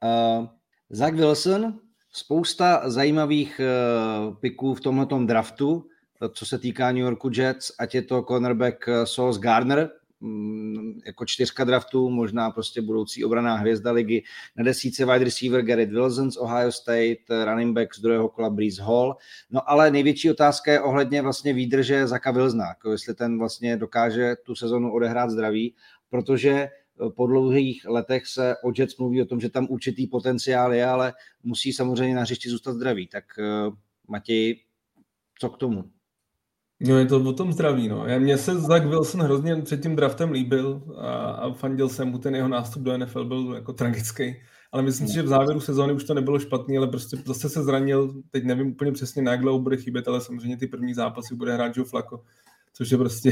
Zach Wilson, spousta zajímavých piků v tomhletom draftu, co se týká New Yorku Jets, ať je to cornerback Sauce Gardner, jako 4 draftů, možná prostě budoucí obranná hvězda ligy. Na 10 wide receiver Garrett Wilson z Ohio State, running back z 2. kola Breece Hall. No ale největší otázka je ohledně vlastně výdrže Zacha Wilsona, jako jestli ten vlastně dokáže tu sezonu odehrát zdravý, protože po dlouhých letech se o Jets mluví o tom, že tam určitý potenciál je, ale musí samozřejmě na hřišti zůstat zdravý. Tak Matěj, co k tomu? No je to o tom zdraví, no. Mně se Zach Wilson hrozně před tím draftem líbil a fandil jsem mu, ten jeho nástup do NFL byl jako tragický. Ale myslím si, že v závěru sezóny už to nebylo špatný, ale prostě zase se zranil, teď nevím úplně přesně, na jak dlouho bude chybět, ale samozřejmě ty první zápasy bude hrát Joe Flacco, což je prostě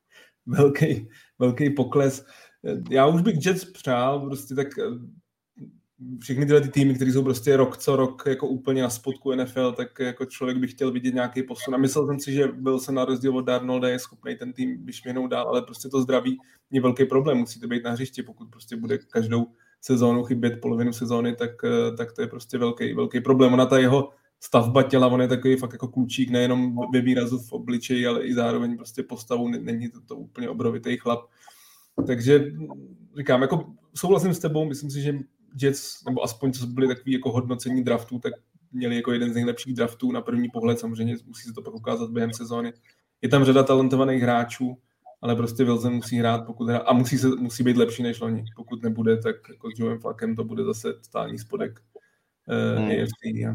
velký pokles. Já už bych Jets přál, prostě tak všechny tyhle ty týmy, které jsou prostě rok co rok jako úplně na spodku NFL, tak jako člověk by chtěl vidět nějaký posun. A myslel jsem si, že byl se na rozdíl od Darnolda, je schopný ten tým vyšměhnout dál, ale prostě to zdraví je velký problém. Musíte být na hřišti, pokud prostě bude každou sezónu chybět polovinu sezóny, tak to je prostě velký problém. Ona ta jeho stavba těla, on je takový fakt jako klučík, nejenom ve výrazu v obličeji, ale i zároveň prostě postavou, není to úplně obrovitý chlap. Takže říkám, jako souhlasím s tebou, myslím si, že Jets, nebo aspoň co byly takový jako hodnocení draftů, tak měli jako jeden z nejlepších draftů na první pohled, samozřejmě musí se to pak ukázat během sezóny. Je tam řada talentovaných hráčů, ale prostě Wilson musí hrát, pokud hrát, a musí být lepší než loni. Pokud nebude, tak jako s Joem Flackem to bude zase totální spodek AFC.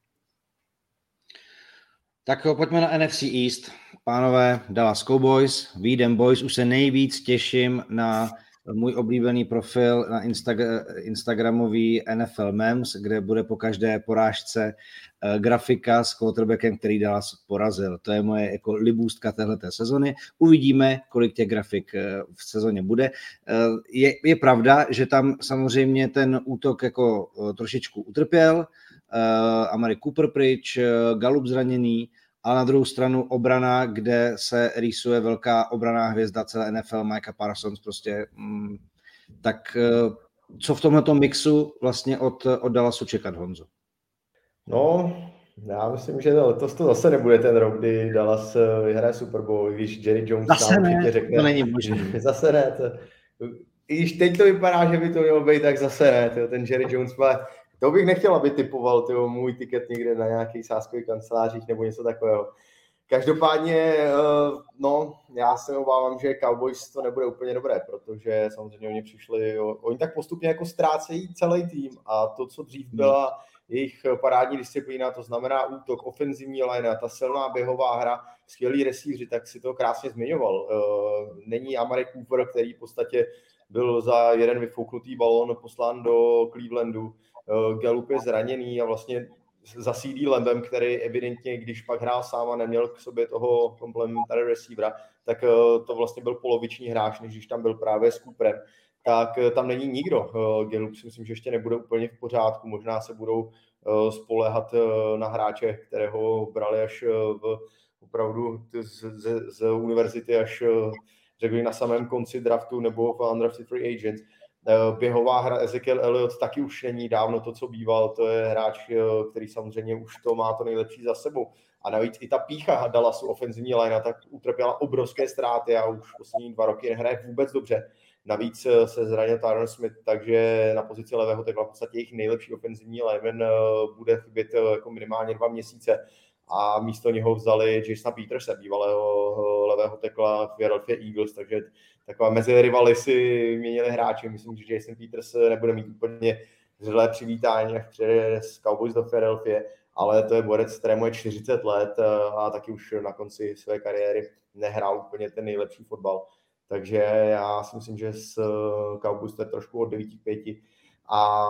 Tak pojďme na NFC East. Pánové, Dallas Cowboys, Weedem Boys, už se nejvíc těším na můj oblíbený profil na Instagramový NFL Memes, kde bude po každé porážce grafika s quarterbackem, který Dallas porazil. To je moje jako libůstka téhleté sezony. Uvidíme, kolik těch grafik v sezóně bude. Je pravda, že tam samozřejmě ten útok jako trošičku utrpěl. Amari Cooper pryč, Gallup zraněný, ale na druhou stranu obrana, kde se rýsuje velká obranná hvězda celé NFL, Micah Parsons prostě. Tak co v tomto mixu vlastně od Dallasu čekat, Honzo? No, já myslím, že letos to zase nebude ten rok, kdy Dallas vyhraje Super Bowl, když Jerry Jones zase nám určitě řekne. To není možné. Zase ne. I když teď to vypadá, že by to mělo být, tak zase ne. Ten Jerry Jones má... To bych nechtěl, aby typoval můj tiket někde na nějakých sázkových kancelářích nebo něco takového. Každopádně, já se obávám, že Cowboys to nebude úplně dobré, protože samozřejmě oni tak postupně jako ztrácejí celý tým a to, co dřív byla jejich parádní disciplína, to znamená útok, ofenzivní line, ta silná běhová hra, skvělí receivři, tak si to krásně zmiňoval. Není Amari Cooper, který v podstatě byl za jeden vyfouknutý balón poslán do Clevelandu. Gallup je zraněný a vlastně za CD Lambem, který evidentně, když pak hrál sám a neměl k sobě toho komplementary receivera, tak to vlastně byl poloviční hráč, než když tam byl právě s Cooperem. Tak tam není nikdo. Gallup si myslím, že ještě nebude úplně v pořádku. Možná se budou spoléhat na hráče, kterého brali až opravdu z univerzity až řekli na samém konci draftu nebo v undrafted free agents. Běhová hra Ezekiel Elliott taky už není dávno to, co býval. To je hráč, který samozřejmě už to má to nejlepší za sebou. A navíc i ta pýcha Dallasu ofenzivní linea tak utrpěla obrovské ztráty a už poslední 2 roky nehraje vůbec dobře. Navíc se zranil Tyron Smith, takže na pozici levého tekla v podstatě jejich nejlepší ofenzivní lineman bude chybět jako minimálně 2 měsíce. A místo něho vzali Jasona Peterse, bývalého levého tekla v Philadelphia Eagles, takže takové mezi rivaly si měnili hráči. Myslím, že Jason Peters nebude mít úplně zřelé přivítání, až přijde z Cowboys do Philadelphia, ale to je borec, kterému je 40 let a taky už na konci své kariéry nehrál úplně ten nejlepší fotbal. Takže já si myslím, že s Cowboys to je trošku od 9-5 a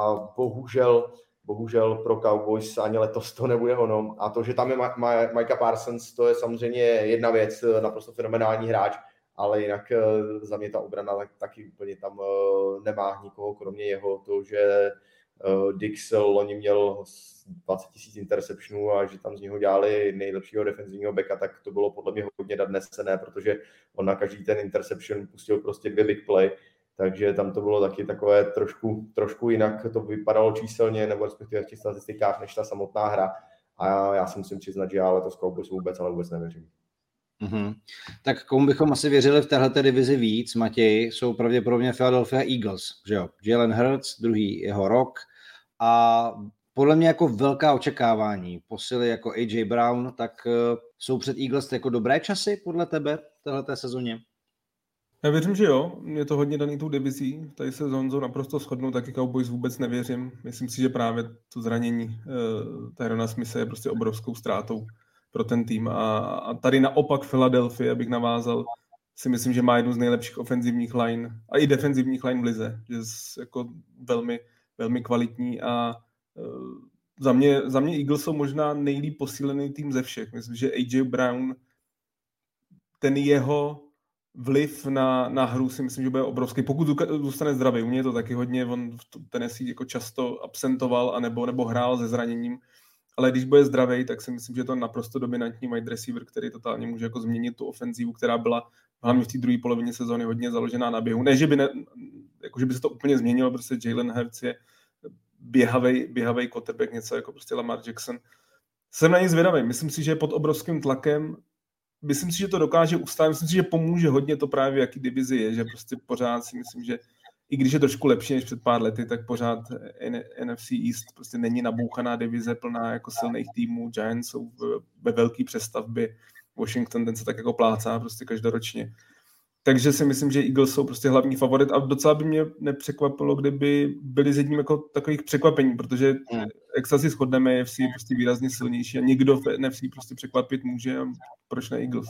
bohužel pro Cowboys ani letos to nebude ono. A to, že tam je Micah Parsons, to je samozřejmě jedna věc, naprosto fenomenální hráč, ale jinak za mě ta obrana taky úplně tam nemá nikoho kromě jeho. To, že Dix loni měl 20 000 interceptionů a že tam z něho dělali nejlepšího defenzivního backa, tak to bylo podle mě hodně nadnesené, protože on na každý ten interception pustil prostě 2 big play, takže tam to bylo taky takové trošku jinak to vypadalo číselně, nebo respektive v těch statistikách, než ta samotná hra. A já si musím přiznat, že já letos Cowboys vůbec nevěřím. Mm-hmm. Tak komu bychom asi věřili v téhleté divizi víc, Matěj, jsou pravděpodobně Philadelphia Eagles, že jo? Jalen Hurts, druhý jeho rok a podle mě jako velká očekávání posily jako AJ Brown, tak jsou před Eagles jako dobré časy podle tebe v téhleté sezóně? Já věřím, že jo. Je to hodně daný tou divizí. Tady se s Honzou naprosto shodnou, taky Cowboys vůbec nevěřím. Myslím si, že právě to zranění Tyrona Smitha je prostě obrovskou ztrátou pro ten tým. A tady naopak Philadelphia, abych navázal, si myslím, že má jednu z nejlepších ofenzivních line a i defenzivních line v lize. Že je jako velmi, velmi kvalitní a za mě Eagles jsou možná nejlíp posílený tým ze všech. Myslím, že AJ Brown, ten jeho vliv na hru si myslím, že bude obrovský. Pokud zůstane zdravý, u mě je to taky hodně, on v Tennessee jako často absentoval nebo hrál se zraněním, ale když bude zdravý, tak si myslím, že to je naprosto dominantní wide receiver, který totálně může jako změnit tu ofenzivu, která byla hlavně v té druhé polovině sezóny hodně založená na běhu. Ne, že by se to úplně změnilo, protože Jalen Hurts je běhavej quarterback, něco jako prostě Lamar Jackson. Jsem na něj zvědavý. Myslím si, že je pod obrovským tlakem. Myslím si, že to dokáže ustát. Myslím si, že pomůže hodně to právě, jaký divizi je, že prostě pořád si myslím, že i když je trošku lepší než před pár lety, tak pořád NFC East prostě není nabouchaná divize plná jako silných týmů. Giants jsou ve velké přestavbě. Washington ten se tak jako plácá prostě každoročně. Takže si myslím, že Eagles jsou prostě hlavní favorit a docela by mě nepřekvapilo, kdyby byli s jedním jako takových překvapení, protože jak se asi shodneme, AFC je prostě výrazně silnější a někdo v NFC prostě překvapit může a proč ne Eagles?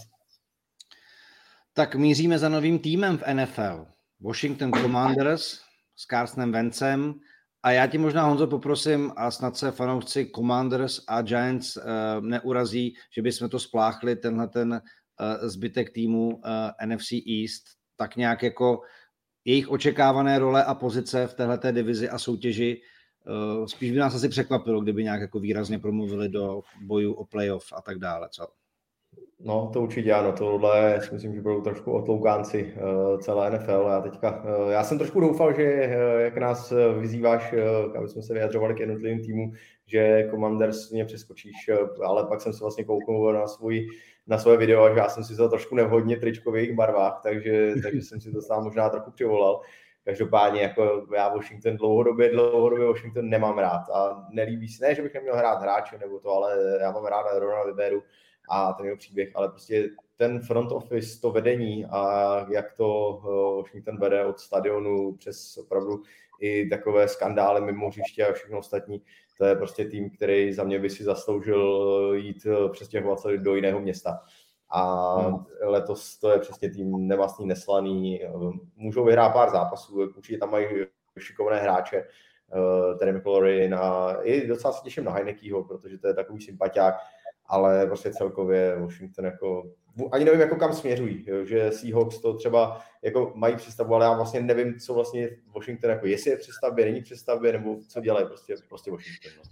Tak míříme za novým týmem v NFL. Washington Commanders s Carsonem Wentzem a já ti možná, Honzo, poprosím a snad se fanoušci Commanders a Giants neurazí, že bychom to spláchli, tenhle ten zbytek týmu NFC East, tak nějak jako jejich očekávané role a pozice v téhleté divizi a soutěži spíš by nás asi překvapilo, kdyby nějak jako výrazně promluvili do bojů o playoff a tak dále, co? No, to určitě ano, tohle si myslím, že budou trošku otloukánci celé NFL. Já jsem trošku doufal, že jak nás vyzýváš, aby jsme se vyjadřovali k jednotlivým týmu, že Commanders mě přeskočíš, ale pak jsem se vlastně kouknul na svoje video a že já jsem si to trošku nevhodně tričko v jejich barvách, takže jsem si to sám možná trochu přivolal. Každopádně jako já Washington dlouhodobě Washington nemám rád a nelíbí se, ne, že bych neměl hrát hráče nebo to, ale já mám rád Rona Riberu a ten jeho příběh, ale prostě ten front office, to vedení a jak to Washington vede od stadionu přes opravdu i takové skandály mimo hřiště a všechno ostatní, to je prostě tým, který za mě by si zasloužil jít přestěhovat se do jiného města. A letos to je přesně tým nemastný, neslaný, můžou vyhrát pár zápasů, určitě tam mají šikovné hráče, Terry McLaurin a i docela se těším na Heinekeho, protože to je takový sympatiák, ale prostě celkově Washington jako, ani nevím, jako kam směřují, že Seahawks to třeba jako mají přestavbu, ale já vlastně nevím, co vlastně Washington, jako jestli je přestavbě, není přestavbě, nebo co dělají prostě Washington.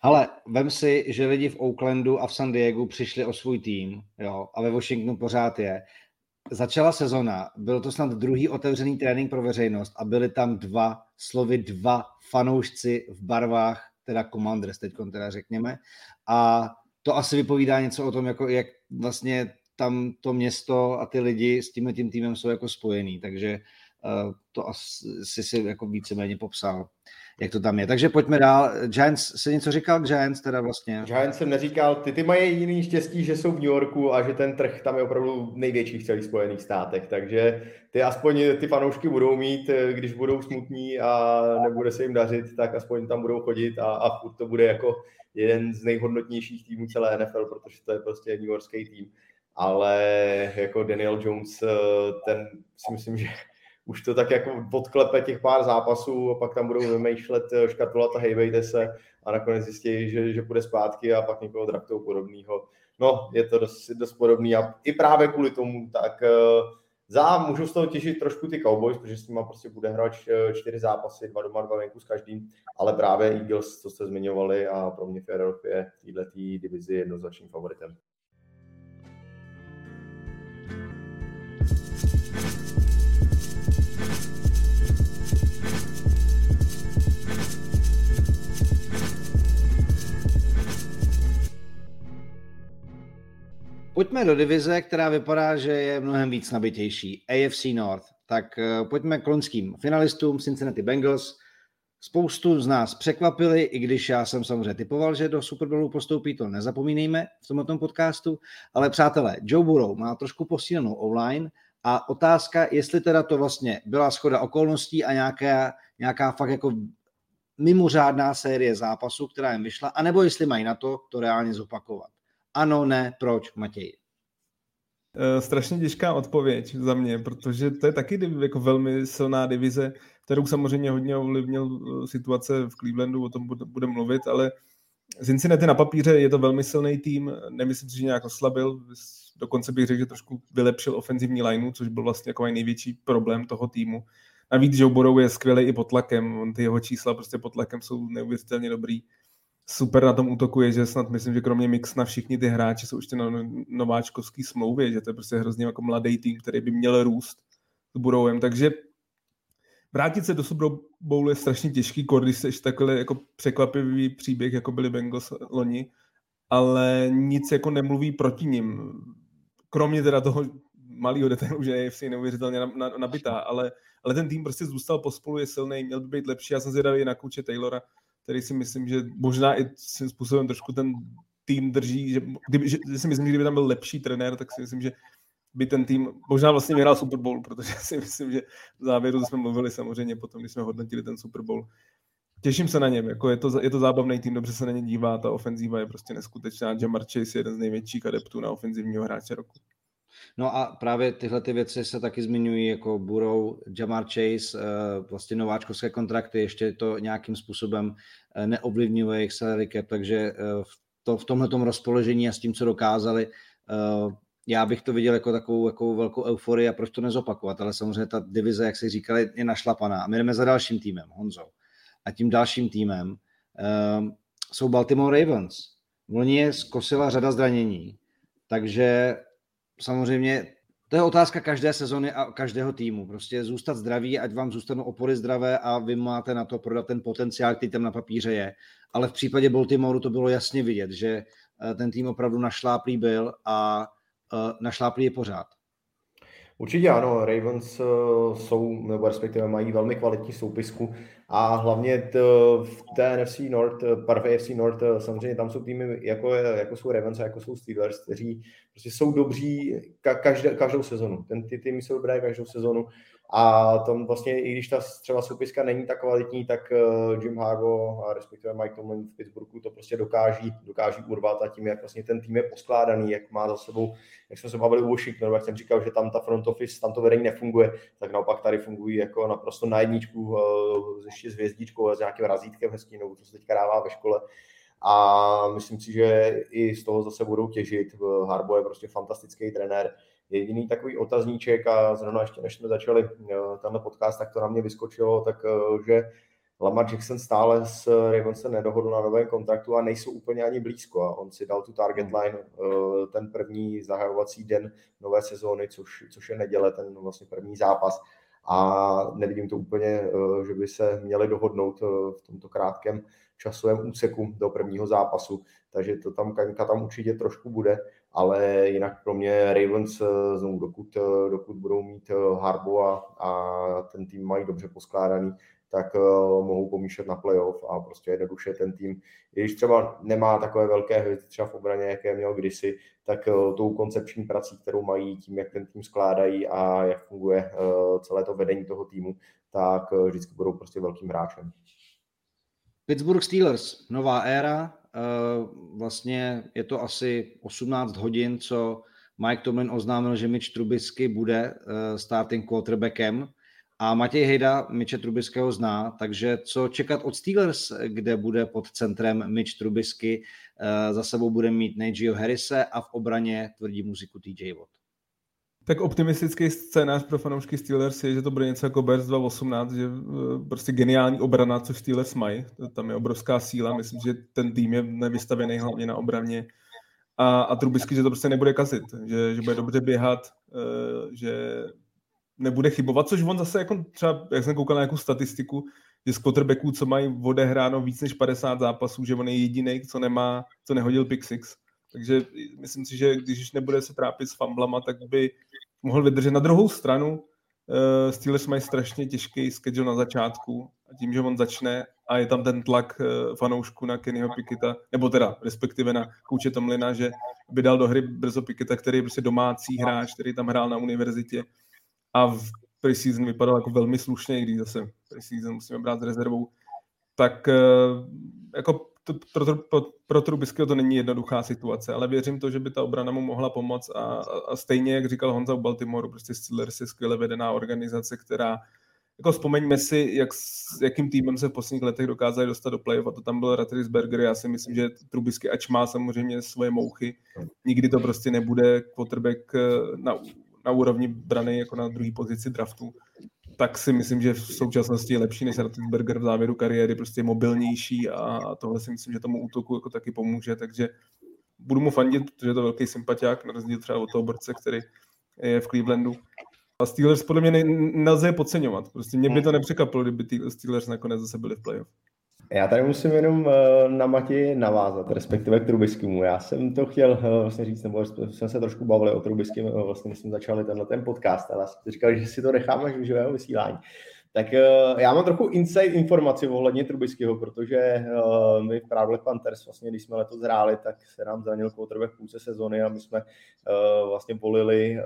Ale vem si, že lidi v Oaklandu a v San Diegu přišli o svůj tým, jo, a ve Washingtonu pořád je. Začala sezona, byl to snad druhý otevřený trénink pro veřejnost a byli tam dva fanoušci v barvách, teda Commanders teďkon teda řekněme, a to asi vypovídá něco o tom, jako jak vlastně tam to město a ty lidi s tím týmem jsou jako spojený, takže to asi si jako víceméně popsal, jak to tam je. Takže pojďme dál. Giants, se něco říkal k Giants teda vlastně? Giants jsem neříkal, ty mají jediný štěstí, že jsou v New Yorku a že ten trh tam je opravdu největší v celých Spojených státech, takže ty aspoň ty fanoušky budou mít, když budou smutní a nebude se jim dařit, tak aspoň tam budou chodit a furt to bude jako jeden z nejhodnotnějších týmů celé NFL, protože to je prostě New Yorkský tým, ale jako Daniel Jones, ten si myslím, že už to tak jako odklepe těch pár zápasů a pak tam budou vymýšlet škatulat a hejbejte se a nakonec zjistí, že půjde zpátky a pak někoho draftou podobného. No, je to dost podobný a i právě kvůli tomu, tak můžu z toho těžit trošku ty Cowboys, protože s nima prostě bude hrát 4 zápasy, 2 doma, 2 venku s každým, ale právě Eagles, co jste zmiňovali, a pro mě Philadelphia je v této divizi jednoznačným favoritem. Pojďme do divize, která vypadá, že je mnohem víc nabitější. AFC North. Tak pojďme k loňským finalistům Cincinnati Bengals. Spoustu z nás překvapili, i když já jsem samozřejmě typoval, že do Super Bowlu postoupí, to nezapomínejme v tomto podcastu. Ale přátelé, Joe Burrow má trošku posílenou online a otázka, jestli teda to vlastně byla shoda okolností a nějaká fakt jako mimořádná série zápasů, která jim vyšla, anebo jestli mají na to reálně zopakovat. Ano, ne, proč, Matěj? Strašně těžká odpověď za mě, protože to je taky jako velmi silná divize, kterou samozřejmě hodně ovlivnil situace v Clevelandu, o tom budeme mluvit, ale Cincinnati na papíře je to velmi silný tým, nemyslím si, že nějak oslabil, dokonce bych řekl, že trošku vylepšil ofenzivní lineu, což byl vlastně jako největší problém toho týmu. Navíc Joe Burrow je skvělý i pod tlakem, ty jeho čísla prostě pod tlakem jsou neuvěřitelně dobrý. Super na tom útoku je, že snad myslím, že kromě Mixona všichni ty hráči jsou ještě na nováčkovský smlouvě, že to je prostě hrozně jako mladý tým, který by měl růst s Burrowem, takže vrátit se do Super Bowlu je strašně těžký, když jsi takhle jako překvapivý příběh, jako byli Bengals loni, ale nic jako nemluví proti nim. Kromě teda toho malého detailu, že je AFC neuvěřitelně nabitá, ale ten tým prostě zůstal pospolu, je silný, měl by být lepší. Já jsem zvědavý na Coache Taylora, který si myslím, že možná i svým způsobem trošku ten tým drží, že si myslím, že kdyby tam byl lepší trenér, tak si myslím, že by ten tým možná vlastně vyhrál Super Bowl, protože si myslím, že v závěru jsme mluvili samozřejmě potom, když jsme hodnotili ten Super Bowl. Těším se na něm, jako je to zábavný tým, dobře se na ně dívá, ta ofenzíva je prostě neskutečná. Jamar Chase je jeden z největších adeptů na ofenzivního hráče roku. No a právě tyhle ty věci se taky zmiňují jako Burrow, Jamar Chase, vlastně nováčkovské kontrakty, ještě to nějakým způsobem neovlivňuje jejich salary cap, takže v tomhletom rozpoložení a s tím, co dokázali, já bych to viděl jako takovou velkou euforii a proč to nezopakovat, ale samozřejmě ta divize, jak si říkali, je našlapaná. A my jdeme za dalším týmem, Honzo. A tím dalším týmem jsou Baltimore Ravens. Vloni je zkosila řada zranění, takže samozřejmě to je otázka každé sezony a každého týmu. Prostě zůstat zdraví, ať vám zůstanou opory zdravé a vy máte na to prodat ten potenciál, který tam na papíře je. Ale v případě Baltimoreu to bylo jasně vidět, že ten tým opravdu našláplý byl a našláplý je pořád. Určitě ano, Ravens jsou, nebo respektive mají velmi kvalitní soupisku a hlavně v té NFC North, v AFC North, samozřejmě tam jsou týmy jako jsou Ravens a jako jsou Steelers, kteří prostě jsou dobří každou sezonu. Ty týmy jsou dobré každou sezonu a tam vlastně, i když ta třeba soupiska není tak kvalitní, tak Jim Harbaugh a respektive Mike Tomlin v Pittsburghu to prostě dokáží urvat a tím, jak vlastně ten tým je poskládaný, jak má za sebou, jak jsme se bavili u Washingtonu, jak jsem říkal, že tam ta front office, tam to vedení nefunguje, tak naopak tady fungují jako naprosto na jedničku, ještě s hvězdičkou a s nějakým razítkem hezký, nebo to se teďka dává ve škole. A myslím si, že i z toho zase budou těžit. Harbaugh je prostě fantastický trenér. Jediný takový otazníček a zrovna ještě než jsme začali tenhle podcast, tak to na mě vyskočilo, tak že Lamar Jackson stále s Ravensem nedohodl na novém kontraktu a nejsou úplně ani blízko a on si dal tu target line ten první zahajovací den nové sezóny, což je neděle, ten vlastně první zápas a nevidím to úplně, že by se měli dohodnout v tomto krátkém časovém úseku do prvního zápasu, takže to tam kaňka tam určitě trošku bude, ale jinak pro mě Ravens znovu, dokud budou mít Harbaugh a ten tým mají dobře poskládaný, tak mohou pomýšlet na playoff a prostě jednoduše ten tým, když třeba nemá takové velké hvězdy třeba v obraně, jaké měl kdysi, tak tou koncepční prací, kterou mají, tím, jak ten tým skládají a jak funguje celé to vedení toho týmu, tak vždycky budou prostě velkým hráčem. Pittsburgh Steelers, nová éra, vlastně je to asi 18 hodin, co Mike Tomlin oznámil, že Mitch Trubisky bude starting quarterbackem a Matěj Hejda Mitche Trubiskyho zná, takže co čekat od Steelers, kde bude pod centrem Mitch Trubisky, za sebou bude mít Najee Harrise a v obraně tvrdí muziku TJ Watt. Tak optimistický scénář pro fanoušky Steelers je, že to bude něco jako Bears 2018, že prostě geniální obrana, co Steelers mají. Tam je obrovská síla, myslím, že ten tým je nevystavený hlavně na obraně a Trubisky, že to prostě nebude kazit, že bude dobře běhat, že nebude chybovat, což on zase jako třeba, jak jsem koukal na nějakou statistiku, že z quarterbacků, co mají odehráno víc než 50 zápasů, že on je jediný, co nehodil pick six. Takže myslím si, že když nebude se trápit s fumblama, tak by mohl vydržet. Na druhou stranu Steelers mají strašně těžký schedule na začátku a tím, že on začne a je tam ten tlak fanoušku na Kennyho Pickett'a, nebo teda respektive na kouče Tomlina, že by dal do hry brzo Pickett'a, který je prostě domácí hráč, který tam hrál na univerzitě a v preseason vypadal jako velmi slušně, když zase preseason musíme brát s rezervou, tak jako pro Trubiskyho to není jednoduchá situace, ale věřím to, že by ta obrana mu mohla pomoct a stejně, jak říkal Honza u Baltimoru, prostě Steelers je skvěle vedená organizace, která, jako vzpomeňme si, jakým týmem se v posledních letech dokázali dostat do playoff a to tam byl Rattlesberger, já si myslím, že Trubisky, ač má samozřejmě svoje mouchy, nikdy to prostě nebude quarterback na úrovni brany jako na druhé pozici draftu, tak si myslím, že v současnosti je lepší než Rattlesberger v závěru kariéry, prostě je mobilnější a tohle si myslím, že tomu útoku jako taky pomůže, takže budu mu fandit, protože je to velký sympatiák, na rozdíl třeba od toho borce, který je v Clevelandu. A Steelers podle mě nelze je podceňovat, prostě mě by to nepřekvapilo, kdyby Steelers nakonec zase byli v playoff. Já tady musím jenom na Matěji navázat, respektive k Trubiskymu. Já jsem to chtěl vlastně říct, nebo jsme se trošku bavili o Trubiskym, vlastně my jsme začali ten podcast, ale já jsem říkal, že si to necháme až v živého vysílání. Tak já mám trochu inside informaci ohledně Trubiskyho, protože my v Prague Panthers, vlastně, když jsme letos hráli, tak se nám zranil quarterback v půlce sezony a my jsme vlastně volili,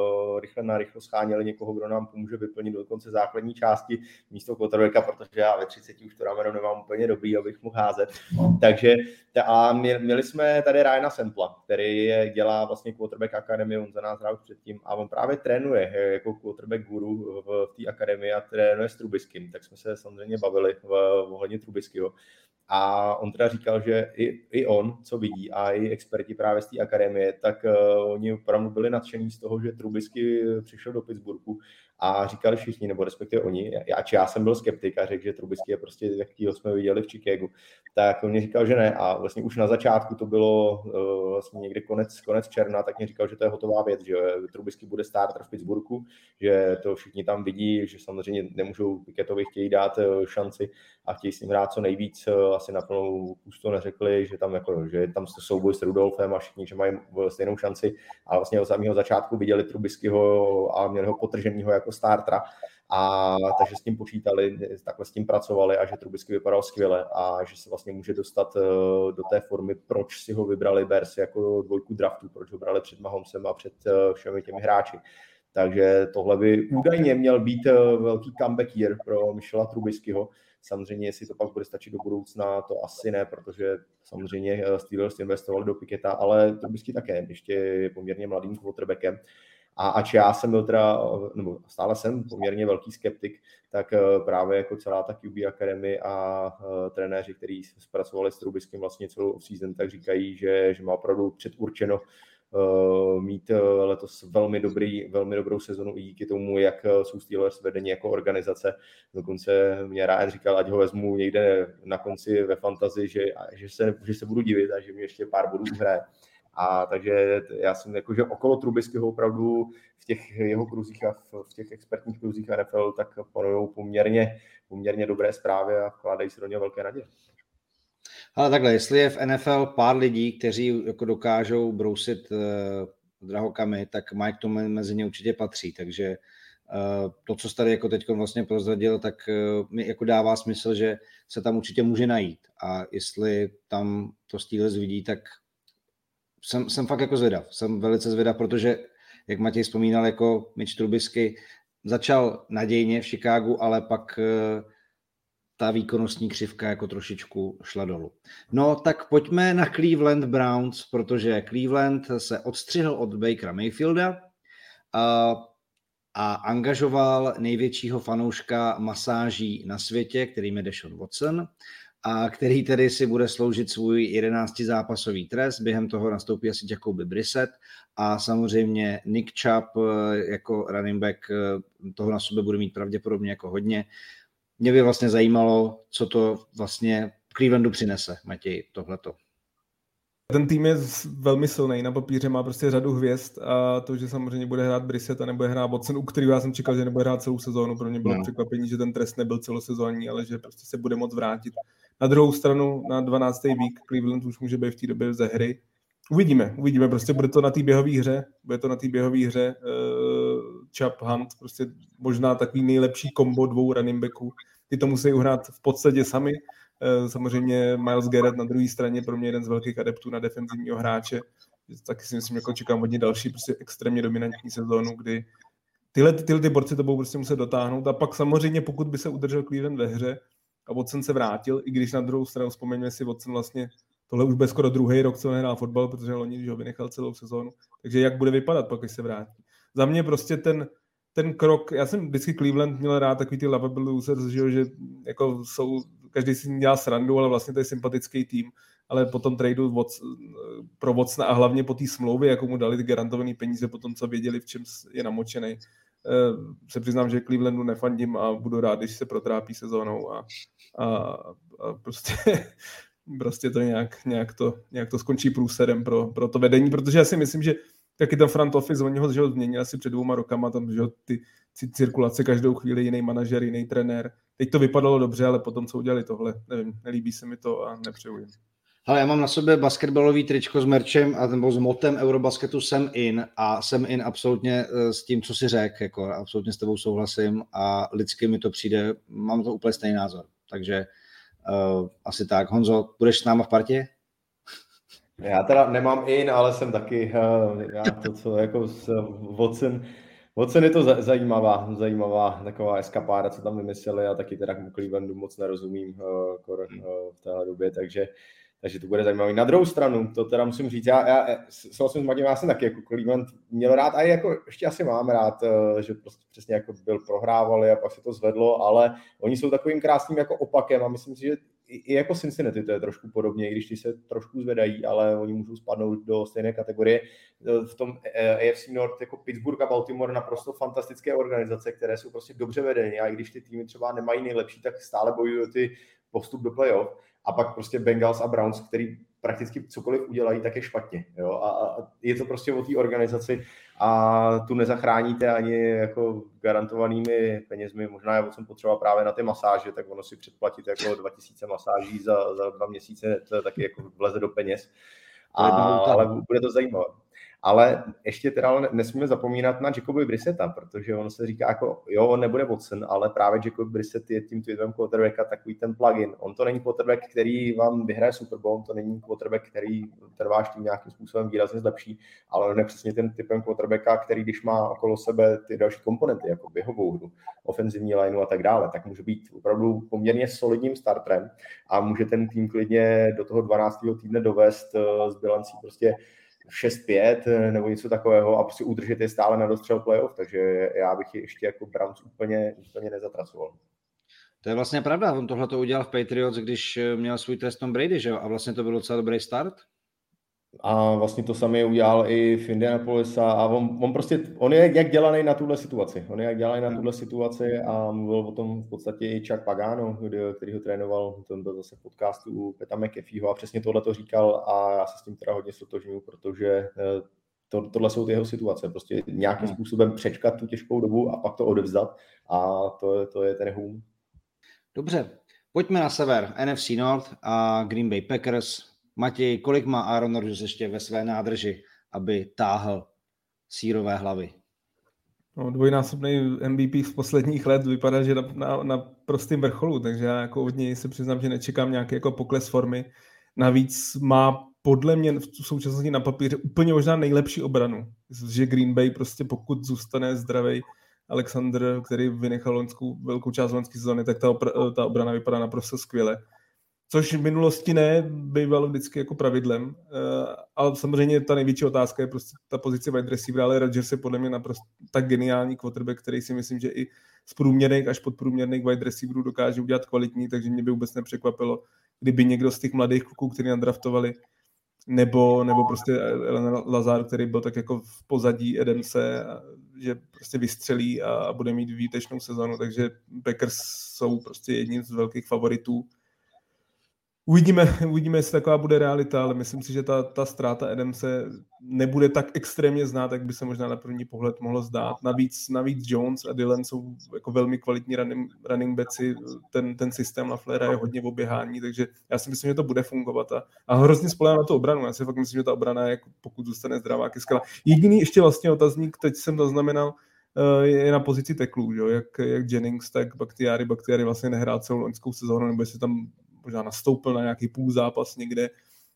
rychle scháněli někoho, kdo nám pomůže vyplnit do konce základní části místo quarterbacka, protože já ve 30 už to rameno nemám úplně dobrý, abych mohl házet. Takže a měli jsme tady Ryana Sempla, který dělá vlastně quarterback akademii, on za nás hrál předtím a on právě trénuje jako quarterback guru v té akademii a trénuje s Trubiskym, tak jsme se samozřejmě bavili ohledně Trubiskyho. A on teda říkal, že i on, co vidí, a i experti právě z té akademie, tak oni opravdu byli nadšení z toho, že Trubisky přišel do Pittsburghu a říkali všichni, nebo respektive oni, já jsem byl skeptik a řekl, že Trubisky je prostě, jakýho jsme viděli v Chicagu, tak on mě říkal, že ne a vlastně už na začátku to bylo vlastně někdy konec června, tak mě říkal, že to je hotová věc, že Trubisky bude starter v Pittsburghu, že to všichni tam vidí, že samozřejmě nemůžou Pickettovi chtějí dát šanci a chtějí s ním hrát co nejvíc, asi na plnou pustu neřekli, že je tam souboj s Rudolfem a všichni, že mají stejnou šanci, ale vlastně od samého začátku viděli Trubiskyho a měli ho potrženýho jako startera. Takže s tím počítali, takhle s tím pracovali a že Trubisky vypadal skvěle a že se vlastně může dostat do té formy, proč si ho vybrali Bears jako dvojku draftu, proč ho brali před Mahomesem a před všemi těmi hráči. Takže tohle by údajně měl být velký comeback year pro Michela Trubiskyho. Samozřejmě, jestli to pak bude stačit do budoucna, to asi ne, protože samozřejmě Steelers investovali do Picketta, ale Trubisky také, ještě je poměrně mladým quarterbackem. A ač já jsem byl teda, nebo stále jsem poměrně velký skeptik, tak právě jako celá ta QB Academy a trenéři, kteří zpracovali s Trubiskym vlastně celou off-season, tak říkají, že má opravdu předurčeno mít letos velmi dobrou sezonu i díky tomu, jak jsou Steelers vedení jako organizace. Dokonce mě Ryan říkal, ať ho vezmu někde na konci ve fantasy, že se budu divit a že mě ještě pár bodů uhraje. A takže já jsem jako, že okolo Trubiskyho opravdu v těch jeho kruzích a v těch expertních kruzích NFL tak panujou poměrně dobré zprávy a vkládají se do něho velké naděje. Ale takhle, jestli je v NFL pár lidí, kteří jako dokážou brousit drahokamy, tak Mike Tomlin mezi ně určitě patří, takže to, co jsi tady jako teď vlastně prozradil, tak mi jako dává smysl, že se tam určitě může najít a jestli tam to Steelers vidí, tak jsem fakt jako zvědav, jsem velice zvědav, protože jak Matěj vzpomínal, jako Mitch Trubisky začal nadějně v Chicagu, ale pak ta výkonnostní křivka jako trošičku šla dolů. No tak pojďme na Cleveland Browns, protože Cleveland se odstřihl od Bakera Mayfielda a angažoval největšího fanouška masáží na světě, kterým je Deshaun Watson, a který tedy si bude sloužit svůj 11zápasový trest. Během toho nastoupí asi Jacoby Brissett a samozřejmě Nick Chubb jako running back toho na sobě bude mít pravděpodobně jako hodně. Mě by vlastně zajímalo, co to vlastně Clevelandu přinese, Matěj, tohleto. Ten tým je velmi silný, na papíře má prostě řadu hvězd a to, že samozřejmě bude hrát Brissett a nebude hrát Watson, u kterého já jsem čekal, že nebude hrát celou sezónu, pro mě bylo překvapení, že ten trest nebyl celosezónní, ale že prostě se bude moct vrátit. Na druhou stranu, na 12. week Cleveland už může být v té době ze hry. Uvidíme, prostě bude to na té běhové hře, Chubb, Hunt, prostě možná takový nejlepší kombo dvou running backů. Ty to musí uhrát v podstatě sami. Samozřejmě Myles Garrett na druhé straně pro mě jeden z velkých adeptů na defenzivního hráče. Taky si myslím, jako čekám hodně další prostě extrémně dominantní sezónu, kdy tyhle borci to budou prostě muset dotáhnout. A pak samozřejmě, pokud by se udržel Cleveland ve hře a Watson se vrátil, i když na druhou stranu vzpomeňme si, Watson vlastně tohle už bude skoro druhý rok, co nehrál fotbal, protože loni ho vynechal celou sezónu. Takže jak bude vypadat, pak, když se vrátí. Za mě prostě ten krok, já jsem vždycky Cleveland měl rád takový ty lovable losers, že jako jsou, každý si dělá srandu, ale vlastně to je sympatický tým, ale po tom tradu pro Watsona a hlavně po té smlouvě, jako mu dali ty garantované peníze po tom, co věděli, v čem je namočený, se přiznám, že Clevelandu nefandím a budu rád, když se protrápí sezónou a prostě to nějak to skončí průserem pro to vedení, protože já si myslím, že taky ten front office, oni ho změnili asi před 2 rokama, tam že ty cirkulace každou chvíli, jiný manažer, jiný trenér. Teď to vypadalo dobře, ale potom, co udělali tohle, nevím, nelíbí se mi to a nepřeju jim. Ale já mám na sobě basketbalový tričko s merčem nebo s motem Eurobasketu Jsem in a jsem in absolutně s tím, co si řekl, jako absolutně s tebou souhlasím a lidsky mi to přijde, mám to úplně stejný názor, takže asi tak. Honzo, budeš s náma v partě? Já teda nemám in, ale jsem taky, já to, co jako s Watson je to zajímavá taková eskapáda, co tam vymysleli a taky teda k Clevelandu moc nerozumím v téhle době, takže to bude zajímavý. Na druhou stranu, to teda musím říct, já souhlasím s Matějem, já jsem taky jako Cleveland měl rád a jako ještě asi mám rád, že prostě přesně jako prohrávali a pak se to zvedlo, ale oni jsou takovým krásným jako opakem a myslím si, že i jako Cincinnati to je trošku podobně, i když ty se trošku zvedají, ale oni můžou spadnout do stejné kategorie. V tom AFC North jako Pittsburgh a Baltimore naprosto fantastické organizace, které jsou prostě dobře vedeny a i když ty týmy třeba nemají nejlepší, tak stále bojují ty postup do playoff. A pak prostě Bengals a Browns, který prakticky cokoliv udělají, tak je špatně. Jo? A je to prostě o té organizaci a tu nezachráníte ani jako garantovanými penězmi. Možná já jsem potřeboval právě na ty masáže, tak ono si předplatit jako 2000 masáží za 2 měsíce, to taky jako vleze do peněz. Ale bude to zajímavé. Ale ještě teda nesmíme zapomínat na Jacoby Brissetta, protože on se říká jako, jo, on nebude Watson, ale právě Jacoby Brissett je tím typem quarterbacka takový ten plug-in. On to není quarterback, který vám vyhraje Super Bowl, to není quarterback, který váš tým nějakým způsobem výrazně zlepší, ale on je přesně ten typem quarterbacka, který když má okolo sebe ty další komponenty, jako běhovou hru, ofenzivní lineu a tak dále, tak může být opravdu poměrně solidním starterem a může ten tým klidně do toho 12. týdne dovést s bilancí prostě 6-5 nebo něco takového a prostě udržet je stále na dostřel playoff, takže já bych je ještě jako Browns úplně nezatracoval. To je vlastně pravda, on tohle to udělal v Patriots, když měl svůj trest Tom Brady, že jo? A vlastně to byl docela dobrý start. A vlastně to samé udělal i v Indianapolis a on je jak dělaný na tuhle situaci. A mluvil o tom v podstatě i Chuck Pagano, který ho trénoval, ten byl zase v podcastu u Peta McAfeeho a přesně tohle to říkal a já se s tím teda hodně stotožňuji, protože tohle jsou ty jeho situace. Prostě nějakým způsobem přečkat tu těžkou dobu a pak to odevzdat a to je ten hum. Dobře, pojďme na sever. NFC North a Green Bay Packers. Matěj, kolik má Aaron Rodgers ještě ve své nádrži, aby táhl sírové hlavy? No, dvojnásobný MVP z posledních let vypadá, že na prostým vrcholu, takže já jako od něj se přiznám, že nečekám nějaký jako pokles formy. Navíc má podle mě v současnosti na papíře úplně možná nejlepší obranu. Že Green Bay prostě pokud zůstane zdravý Alexander, který vynechal velkou část loňské sezóny, tak ta obrana vypadá naprosto skvěle. Což v minulosti bývalo vždycky jako pravidlem, ale samozřejmě ta největší otázka je prostě ta pozice wide receivera, ale Rodgers je podle mě naprosto tak geniální quarterback, který si myslím, že i z průměrných až podprůměrných wide receiverů dokáže udělat kvalitní, takže mě by vůbec nepřekvapilo, kdyby někdo z těch mladých kluků, kteří nadraftovali, nebo prostě Lazar, který byl tak jako v pozadí Adamse, že prostě vystřelí a bude mít výtečnou sezonu, takže Packers jsou prostě jedním z velkých favoritů. Uvidíme, jestli taková bude realita, ale myslím si, že ta ztráta Adamse nebude tak extrémně znát, jak by se možná na první pohled mohlo zdát. Navíc Jones a Dillon jsou jako velmi kvalitní running backi, ten systém LaFleura je hodně v oběhání, takže já si myslím, že to bude fungovat a hrozně spoléhám na tu obranu. Já si fakt myslím, že ta obrana je, pokud zůstane zdravá, skvělá. Jediný ještě vlastně otazník, teď jsem zaznamenal, je na pozici teklů, jak Jennings, tak Bakhtiari vlastně nehrál celou loňskou sezónu, nebo jestli tam možná nastoupil na nějaký půl zápas někde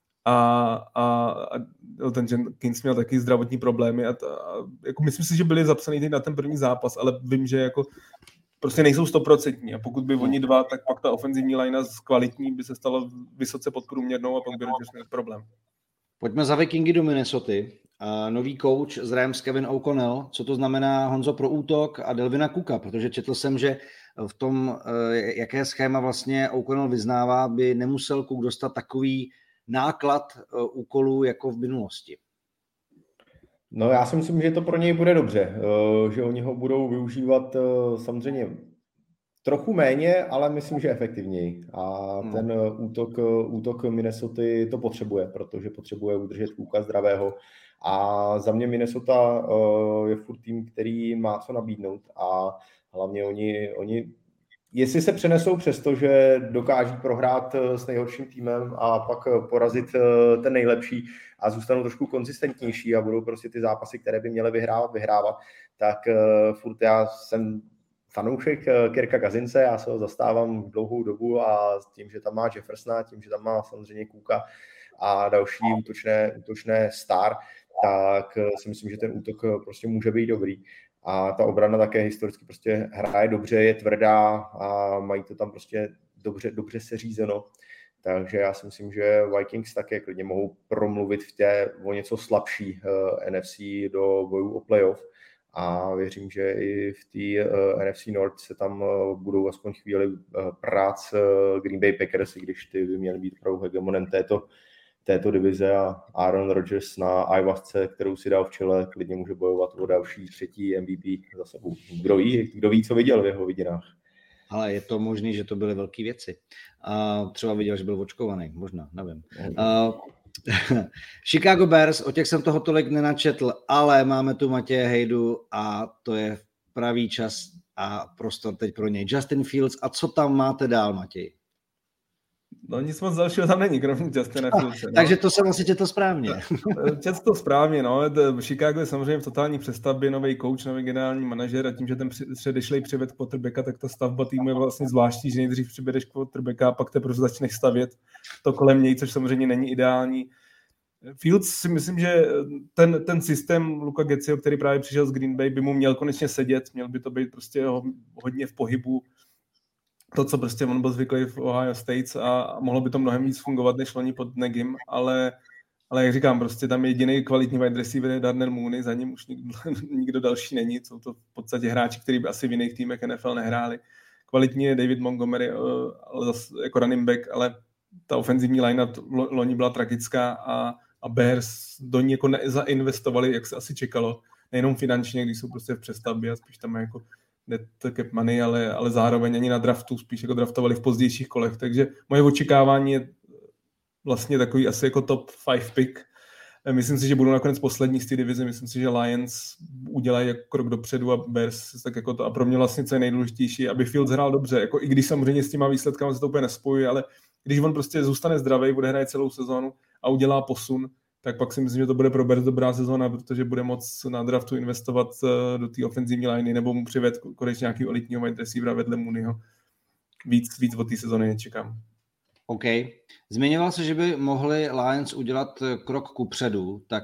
a ten Jenkins měl taky zdravotní problémy a jako myslím si, že byli zapsaný teď na ten první zápas, ale vím, že jako prostě nejsou 100% a pokud by oni dva, tak pak ta ofenzivní linea z kvalitní by se stala vysoce podprůměrnou a pak by Rodgers měl problém. Pojďme za Vikingy do Minnesoty. Nový coach z Rams Kevin O'Connell. Co to znamená, Honzo, pro útok a Delvina Cooka? Protože četl jsem, že v tom, jaké schéma vlastně O'Connell vyznává, by nemusel Cook dostat takový náklad úkolů jako v minulosti. No já si myslím, že to pro něj bude dobře, že oni ho budou využívat samozřejmě trochu méně, ale myslím, že efektivněji. A ten útok Minnesoty to potřebuje, protože potřebuje udržet Cooka zdravého. A za mě Minnesota je furt tým, který má co nabídnout a hlavně oni jestli se přenesou přesto, že dokáží prohrát s nejhorším týmem a pak porazit ten nejlepší a zůstanou trošku konzistentnější a budou prostě ty zápasy, které by měly vyhrávat, tak furt já jsem fanoušek Kirka Cousinse, já se ho zastávám dlouhou dobu a tím, že tam má Jeffersona, tím, že tam má samozřejmě Cooka a další útočné star, tak si myslím, že ten útok prostě může být dobrý. A ta obrana také historicky prostě hraje dobře, je tvrdá a mají to tam prostě dobře seřízeno. Takže já si myslím, že Vikings také klidně mohou promluvit o něco slabší NFC do bojů o playoff. A věřím, že i v té NFC North se tam budou aspoň chvíli prác Green Bay Packers, když ty by měly být opravdu hegemonem této divize a Aaron Rodgers na ajvazce, kterou si dal v čele, klidně může bojovat o další třetí MVP za sebou. Kdo ví, co viděl v jeho vidinách. Ale je to možný, že to byly velké věci. Třeba viděl, že byl očkovaný, možná, nevím. Chicago Bears, o těch jsem toho tolik nenačetl, ale máme tu Matěje Hejdu a to je pravý čas a prostor teď pro něj. Justin Fields, a co tam máte dál, Matěj? No nic moc dalšího tam není, kromě Justina Fieldse. No. Takže to jsem asi četl správně. Četl to správně, no. Chicago je samozřejmě v totální přestavbě, nový coach, nový generální manažer a tím, že ten předešlej přived quarterbacka, tak ta stavba týmu je vlastně zvláštní, že nejdřív přivedeš quarterbacka a pak teprve začneš stavět to kolem něj, což samozřejmě není ideální. Fields si myslím, že ten systém Luka Getsího, který právě přišel z Green Bay, by mu měl konečně sedět, měl by to být prostě hodně v pohybu. To, co prostě on byl zvyklý v Ohio State a mohlo by to mnohem víc fungovat, než loni pod Negim, ale jak říkám, prostě tam jediný kvalitní wide receiver je Darnell Mooney, za ním už nikdo další není, jsou to v podstatě hráči, kteří by asi v jiných týmech NFL nehráli. Kvalitní je David Montgomery ale zase jako running back, ale ta ofenzivní line loni byla tragická a a Bears do ní jako nezainvestovali, jak se asi čekalo, nejenom finančně, když jsou prostě v přestavbě a spíš tam jako cap money, ale zároveň ani na draftu, spíš jako draftovali v pozdějších kolech, takže moje očekávání je vlastně takový asi jako top 5 pick. Myslím si, že budou nakonec poslední z té divize, myslím si, že Lions udělají krok dopředu a Bears tak jako to. A pro mě vlastně co je nejdůležitější, aby Fields hrál dobře, jako i když samozřejmě s těma výsledkama se to úplně nespojuje, ale když on prostě zůstane zdravý, bude hrát celou sezónu a udělá posun, tak pak si myslím, že to bude pro Bears dobrá sezóna, protože bude moc na draftu investovat do té ofenzivní liney nebo mu přivést konečně nějaký elitního wide receivera vedle Mooneyho. Víc od té sezóny nečekám. OK. Zmiňoval se, že by mohli Lions udělat krok kupředu, tak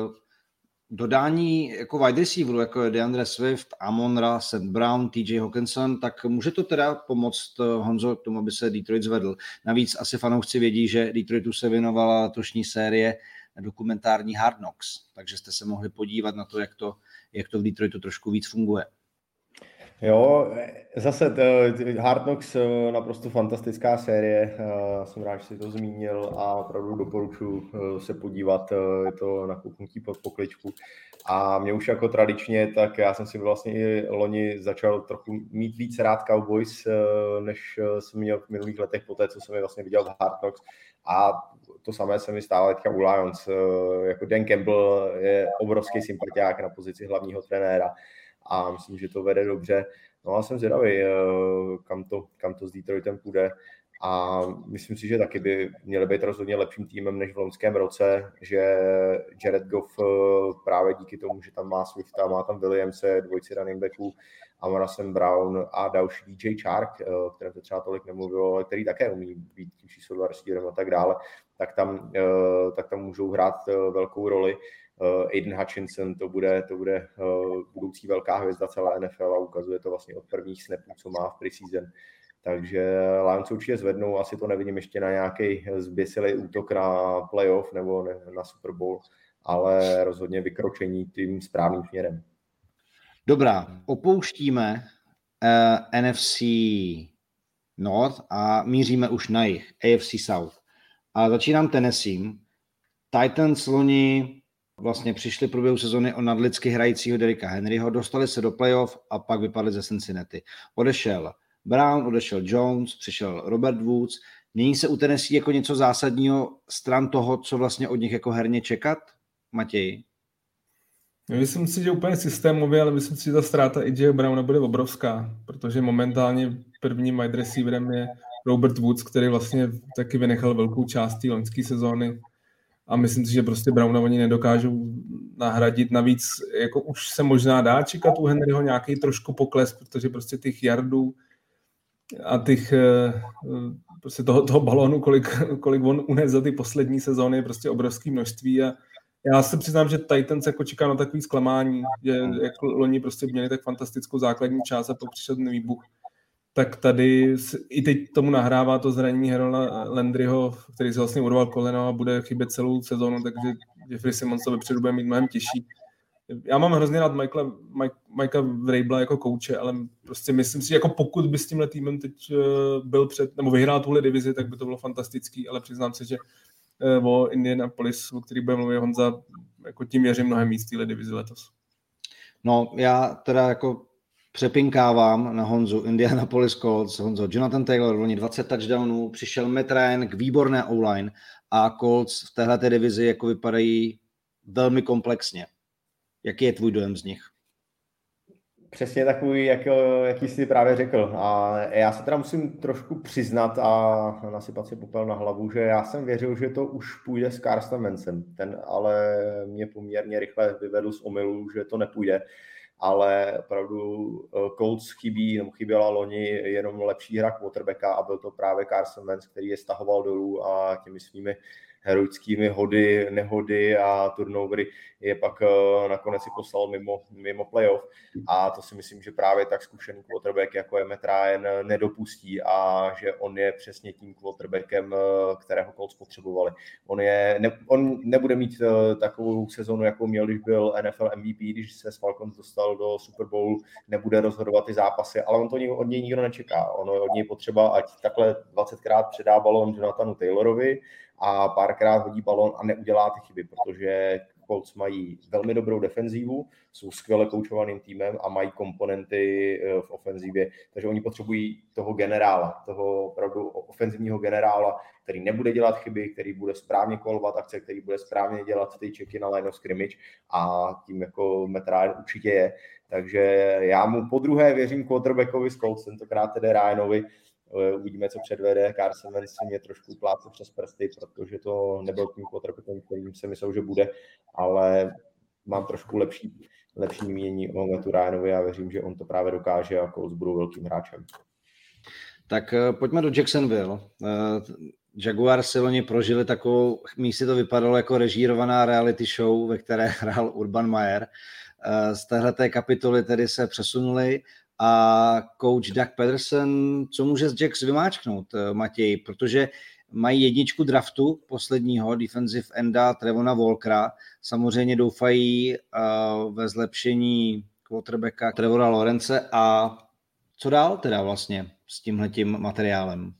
dodání jako wide receiverů, jako je DeAndre Swift, Amon-Ra, St. Brown, TJ Hawkinson, tak může to teda pomoct, Honzo, k tomu, aby se Detroit zvedl. Navíc asi fanoušci vědí, že Detroitu se věnovala letošní série dokumentární Hard Knocks, takže jste se mohli podívat na to, jak to v Detroitu trošku víc funguje. Jo, zase Hard Knocks naprosto fantastická série, jsem rád, že jsi to zmínil a opravdu doporučuji se podívat, je to na kouknutí pod pokličku. A mě už jako tradičně, tak já jsem si vlastně i loni začal trochu mít víc rád Cowboys, než jsem měl v minulých letech poté, co jsem je vlastně viděl v Hard Knocks. A to samé se mi stává teďka u Lions. Jako Dan Campbell je obrovský sympatiák na pozici hlavního trenéra a myslím, že to vede dobře. No a jsem zvědavý, kam to s Detroitem půjde. A myslím si, že taky by měli být rozhodně lepším týmem než v loňském roce, že Jared Goff právě díky tomu, že tam má Swifta, má tam Williamse, dvojici running backů, Amon-Ra, St. Brown a další DJ Chark, o kterém se třeba tolik nemluvilo, ale který také umí být tím číslo 2 receiverem a tak dále, tak tam můžou hrát velkou roli. Aiden Hutchinson, to bude budoucí velká hvězda celé NFL a ukazuje to vlastně od prvních snapů, co má v preseason. Takže Lions určitě zvednou, asi to nevidím ještě na nějaký zběsilý útok na playoff nebo na Super Bowl, ale rozhodně vykročení tím správným směrem. Dobrá, opouštíme NFC North a míříme už na jih, AFC South. A začínám Tennessee. Titans loni vlastně přišli v průběhu sezony o nadlidsky hrajícího Derricka Henryho, dostali se do playoff a pak vypadli ze Cincinnati. Odešel Brown, odešel Jones, přišel Robert Woods. Mění se u Tennessee jako něco zásadního stran toho, co vlastně od nich jako herně čekat? Matěj? Myslím si, že úplně systémově, ale myslím si, že ta ztráta A.J. Browna bude obrovská, protože momentálně prvním wide receiverem je Robert Woods, který vlastně taky vynechal velkou část té loňské sezóny. A myslím si, že prostě Browna oni nedokážou nahradit. Navíc jako už se možná dá čekat u Henryho nějaký trošku pokles, protože prostě těch yardů a těch prostě toho balónu, kolik on unes za ty poslední sezóny, je prostě obrovské množství. A já se přiznám, že Titans jako čeká na takový zklamání, že jako loni prostě měli tak fantastickou základní část a pak přišel ten výbuch. Tak tady i teď tomu nahrává to zranění Harola Landryho, který se vlastně urval koleno a bude chybět celou sezónu, takže Jeffrey Simmons to vepředu bude mít mnohem těžší. Já mám hrozně rád Mikea Vrabela jako kouče, ale prostě myslím si, že jako pokud by s tímhle týmem teď byl nebo vyhrál tuhle divizi, tak by to bylo fantastický, ale přiznám se, že o Indianapolis, o který bude mluvit Honza, jako tím věřím mnohem víc téhle divizi letos. No, já teda jako přepinkávám na Honzu Indianapolis Colts. Honzo, Jonathan Taylor, loni 20 touchdownů, přišel Matt Ryan k výborné O-line a Colts v téhleté divizi jako vypadají velmi komplexně. Jaký je tvůj dojem z nich? Přesně takový, jaký jsi právě řekl. A já se teda musím trošku přiznat a nasypat si popel na hlavu, že já jsem věřil, že to už půjde s Carsonem Wentzem. Ten ale mě poměrně rychle vyvedl z omylu, že to nepůjde. Ale opravdu Colts chyběla loni jenom lepší hra quarterbacka a byl to právě Carson Wentz, který je stahoval dolů a těmi svými heroickými nehody a turnovery je pak nakonec si poslal mimo playoff a to si myslím, že právě tak zkušený quarterback jako je Matt Ryan nedopustí a že on je přesně tím quarterbackem, kterého Colts potřebovali. On nebude mít takovou sezonu, jakou měl, když byl NFL MVP, když se s Falcons dostal do Super Bowl, nebude rozhodovat ty zápasy, ale on to od něj nikdo nečeká. Ono od něj potřeba, ať takhle 20krát předá balón Jonathanu Taylorovi, a párkrát hodí balon a neudělá ty chyby, protože Colts mají velmi dobrou defenzívu, jsou skvěle koučovaným týmem a mají komponenty v ofenzivě, takže oni potřebují toho generála, toho opravdu ofenzivního generála, který nebude dělat chyby, který bude správně kolovat akce, který bude správně dělat ty checky na line of scrimmage a tím jako Matt Ryan určitě je. Takže já mu podruhé věřím quarterbackovi z Colts, tentokrát tedy Ryanovi. Uvidíme, co předvede. Carson Wentz se mě trošku plácl přes prsty, protože to nebyl tím quarterbackem, kterým se myslel, že bude, ale mám trošku lepší mínění o Mattu Ryanovi a věřím, že on to právě dokáže a Colts budou velkým hráčem. Tak pojďme do Jacksonville. Jaguars si loni prožili takovou, místy to vypadalo jako režírovaná reality show, ve které hrál Urban Meyer. Z téhleté kapitoly tedy se přesunuli a coach Doug Peterson, co může z Jacks vymáčknout, Matěj, protože mají jedničku draftu posledního defensive enda Trevona Walkera, samozřejmě doufají ve zlepšení quarterbacka Trevora Lawrence a co dál teda vlastně s tímhletím materiálem?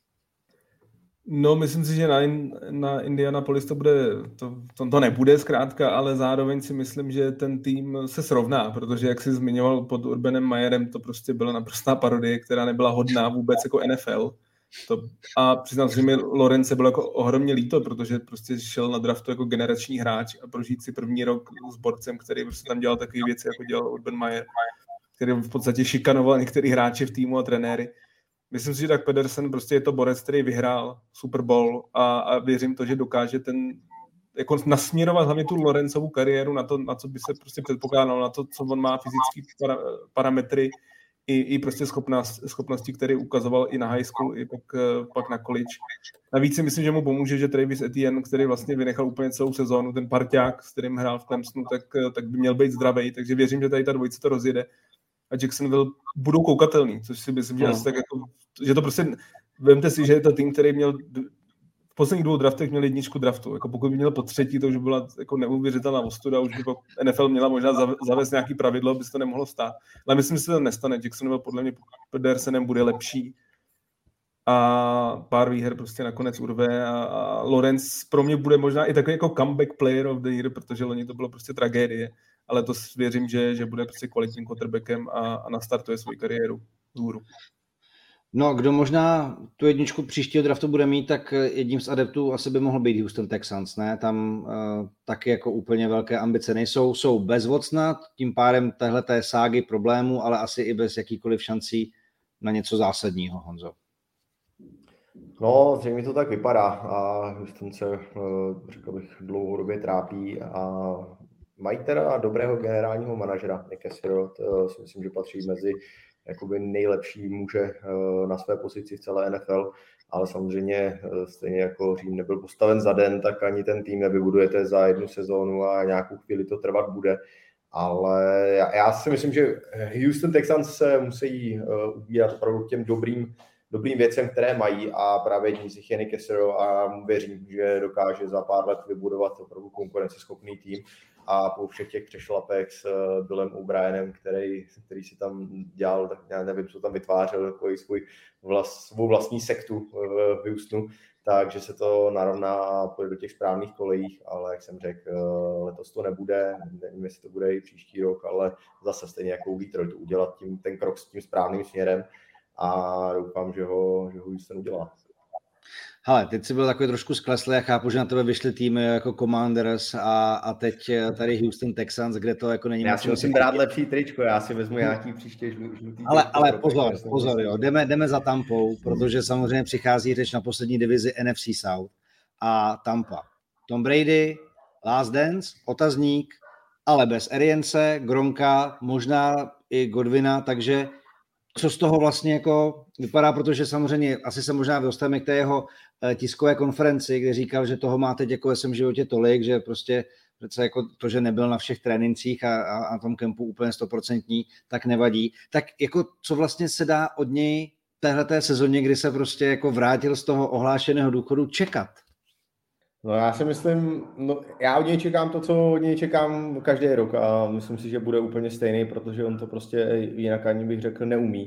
No, myslím si, že na Indianapolis to bude, to nebude zkrátka, ale zároveň si myslím, že ten tým se srovná, protože jak jsi zmiňoval pod Urbanem Mayerem, to prostě byla naprostá parodie, která nebyla hodná vůbec jako NFL. A přiznám si, že mi Lawrence bylo jako ohromně líto, protože prostě šel na draftu jako generační hráč a prožít si první rok s borcem, který prostě tam dělal takové věci, jako dělal Urban Meyer, který v podstatě šikanoval některý hráči v týmu a trenéry. Myslím si, že Doug Pedersen prostě je to borec, který vyhrál Super Bowl a věřím to, že dokáže jako nasměrovat hlavně tu Lawrenceovu kariéru na to, na co by se prostě předpokládalo, na to, co on má fyzické parametry i prostě schopnosti, které ukazoval i na high school, i pak na college. Navíc si myslím, že mu pomůže, že Travis Etienne, který vlastně vynechal úplně celou sezónu, ten parťák, s kterým hrál v Clemsonu, tak by měl být zdravý, takže věřím, že tady ta dvojice to rozjede. A Jacksonville budou koukatelný, což si myslím, že asi tak jako, že to prostě, vemte si, že je to tým, který měl v posledních 2 draftech měl jedničku draftu. Jako pokud by měl po třetí, to už byla jako neuvěřitelná ostuda, už by NFL měla možná zavést nějaký pravidlo, aby se to nemohlo stát. Ale myslím, že se to nestane. Jacksonville podle mě Pedersenem bude lepší a pár výher prostě nakonec urve a Lawrence pro mě bude možná i takový jako comeback player of the year, protože loni to bylo prostě tragédie. Ale to věřím, že bude prostě kvalitním quarterbackem a nastartuje svou kariéru vzhůru. No, kdo možná tu jedničku příštího draftu bude mít, tak jedním z adeptů asi by mohl být Houston Texans, ne? Tam taky jako úplně velké ambice nejsou, jsou bez Watsona, tím pádem téhleté ságy problémů, ale asi i bez jakýkoliv šancí na něco zásadního, Honzo. No, zřejmě to tak vypadá a Houston se, řekl bych, dlouhodobě trápí a mají teda dobrého generálního manažera, Nick Cassero, to si myslím, že patří mezi jakoby nejlepší muže na své pozici v celé NFL, ale samozřejmě stejně jako Řím nebyl postaven za den, tak ani ten tým nevybudujete za jednu sezónu a nějakou chvíli to trvat bude. Ale já si myslím, že Houston Texans se musí ubírat opravdu těm dobrým věcem, které mají a právě jedním z nich je Nick Cassero a věřím, že dokáže za pár let vybudovat opravdu konkurenceschopný tým a po všech těch přešlapech s Billem O'Brienem, který si tam dělal, tak já nevím, co tam vytvářel, takový svou vlastní sektu v Houstonu, takže se to narovná a půjde do těch správných kolejích, ale jak jsem řekl, letos to nebude, nevím, jestli to bude i příští rok, ale zase stejně jako u Detroitu udělat ten krok s tím správným směrem a doufám, že ho Houston udělá. Hele, teď jsi byl takový trošku skleslý, já chápu, že na tebe vyšly týmy jako Commanders a teď tady Houston Texans, kde to jako není... Já si musím brát lepší tričko, já si vezmu nějaký příště žlutý. Ale pozor, jo, jdeme za Tampou, protože samozřejmě přichází řeč na poslední divizi NFC South a Tampa. Tom Brady, Last Dance, otazník, ale bez Arianse, Gronka, možná i Godwina, takže co z toho vlastně jako vypadá, protože samozřejmě asi se možná dostaneme k té jeho tiskové konferenci, kde říkal, že toho má teď jako ve svém životě tolik, že prostě jako to, že nebyl na všech trénincích a na tom kempu úplně 100%, tak nevadí. Tak jako co vlastně se dá od něj téhleté sezóně, kdy se prostě jako vrátil z toho ohlášeného důchodu, čekat? No já si myslím, já od něj čekám to, co od něj čekám každý rok a myslím si, že bude úplně stejný, protože on to prostě jinak ani bych řekl neumí.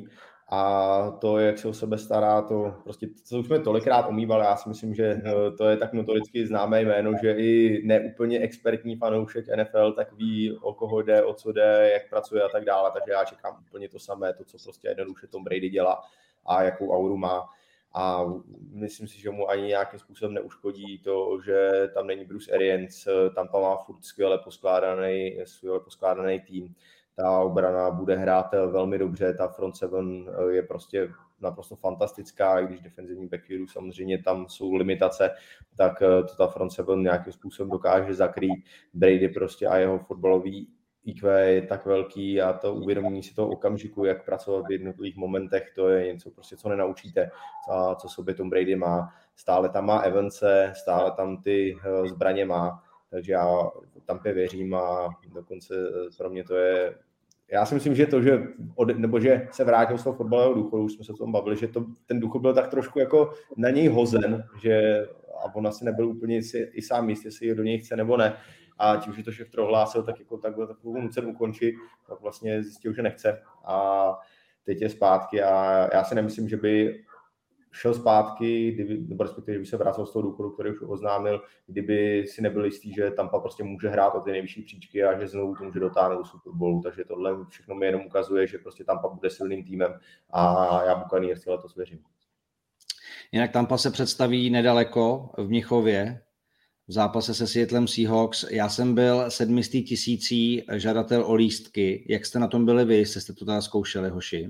A to, jak se o sebe stará, to prostě, co už jsme tolikrát omývali, já si myslím, že to je tak notoricky známé jméno, že i neúplně expertní fanoušek NFL tak ví, o koho jde, o co jde, jak pracuje a tak dále, takže já čekám úplně to samé, to, co prostě jednoduše Tom Brady dělá a jakou auru má. A myslím si, že mu ani nějakým způsobem neuškodí to, že tam není Bruce Arians, tam má furt skvěle poskládaný tým. Ta obrana bude hrát velmi dobře, ta front seven je prostě naprosto fantastická, i když defenzivní backfieldu samozřejmě tam jsou limitace, tak to ta front seven nějakým způsobem dokáže zakrýt. Brady prostě a jeho fotbalový IQ je tak velký a to uvědomění si toho okamžiku, jak pracovat v jednotlivých momentech, to je něco prostě, co nenaučíte, co sobě Tom Brady má. Stále tam má Evanse, stále tam ty zbraně má, takže já Tampě věřím a dokonce pro mě to je. Já si myslím, že to, že se vrátil z toho fotbalového důchodu, už jsme se o tom bavili, že ten důchod byl tak trošku jako na něj hozen, že a on asi nebyl úplně i sám jist, jestli do něj chce nebo ne. A tím, že to šéf prohlásil, tak jako takhle takovou nucen ukončit, tak vlastně zjistil, že nechce. A teď je zpátky a já si nemyslím, že by šel zpátky, nebo respektive, kdyby se vrátil z toho důchodu, který už oznámil, kdyby si nebyl jistý, že Tampa prostě může hrát o ty nejvyšší příčky a že znovu to může dotáhnout do Super Bowlu. Takže tohle všechno mi jenom ukazuje, že prostě Tampa bude silným týmem a já Buccaneers letos věřím. Jinak Tampa se představí nedaleko v Mnichově v zápase se Seattlem Seahawks. Já jsem byl 700 000 žadatel o lístky. Jak jste na tom byli vy? Jste to teda zkoušeli, hoši?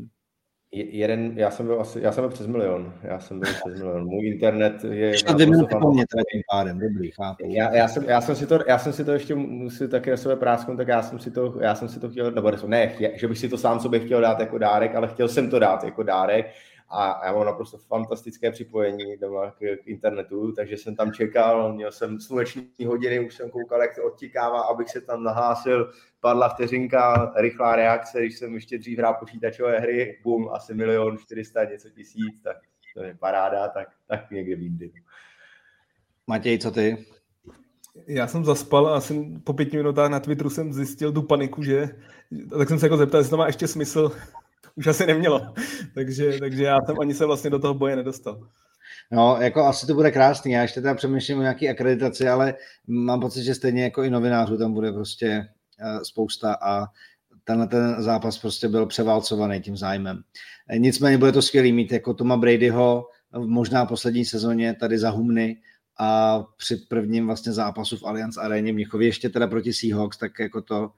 Já jsem byl přes milion. Můj internet je... Ještě 2 minuty po mně teda tím pádem, dobrý, chápu. Já jsem si to ještě musel taky na sebe prásknout, tak já jsem si to chtěl, nebo ne, že bych si to sám sobě chtěl dát jako dárek, ale chtěl jsem to dát jako dárek. A já mám naprosto fantastické připojení doma k internetu, takže jsem tam čekal, měl jsem sluneční hodiny, už jsem koukal, jak to odtikává, abych se tam nahlásil, padla vteřinka, rychlá reakce, když jsem ještě dřív hrál počítačové hry, bum, asi 1 400 000 tak to je paráda, tak někde výjde. Matěj, co ty? Já jsem zaspal a asi po 5 minutách na Twitteru jsem zjistil tu paniku, tak jsem se jako zeptal, jestli to má ještě smysl. Už asi nemělo, takže já jsem ani se vlastně do toho boje nedostal. No, jako asi to bude krásný, já ještě teda přemýšlím o nějaký akreditaci, ale mám pocit, že stejně jako i novinářů tam bude prostě spousta a tenhle ten zápas prostě byl převálcovaný tím zájmem. Nicméně bude to skvělý mít jako Toma Bradyho v možná poslední sezóně tady za humny a při prvním vlastně zápasu v Allianz Aréně v Mnichově ještě teda proti Seahawks, tak jako to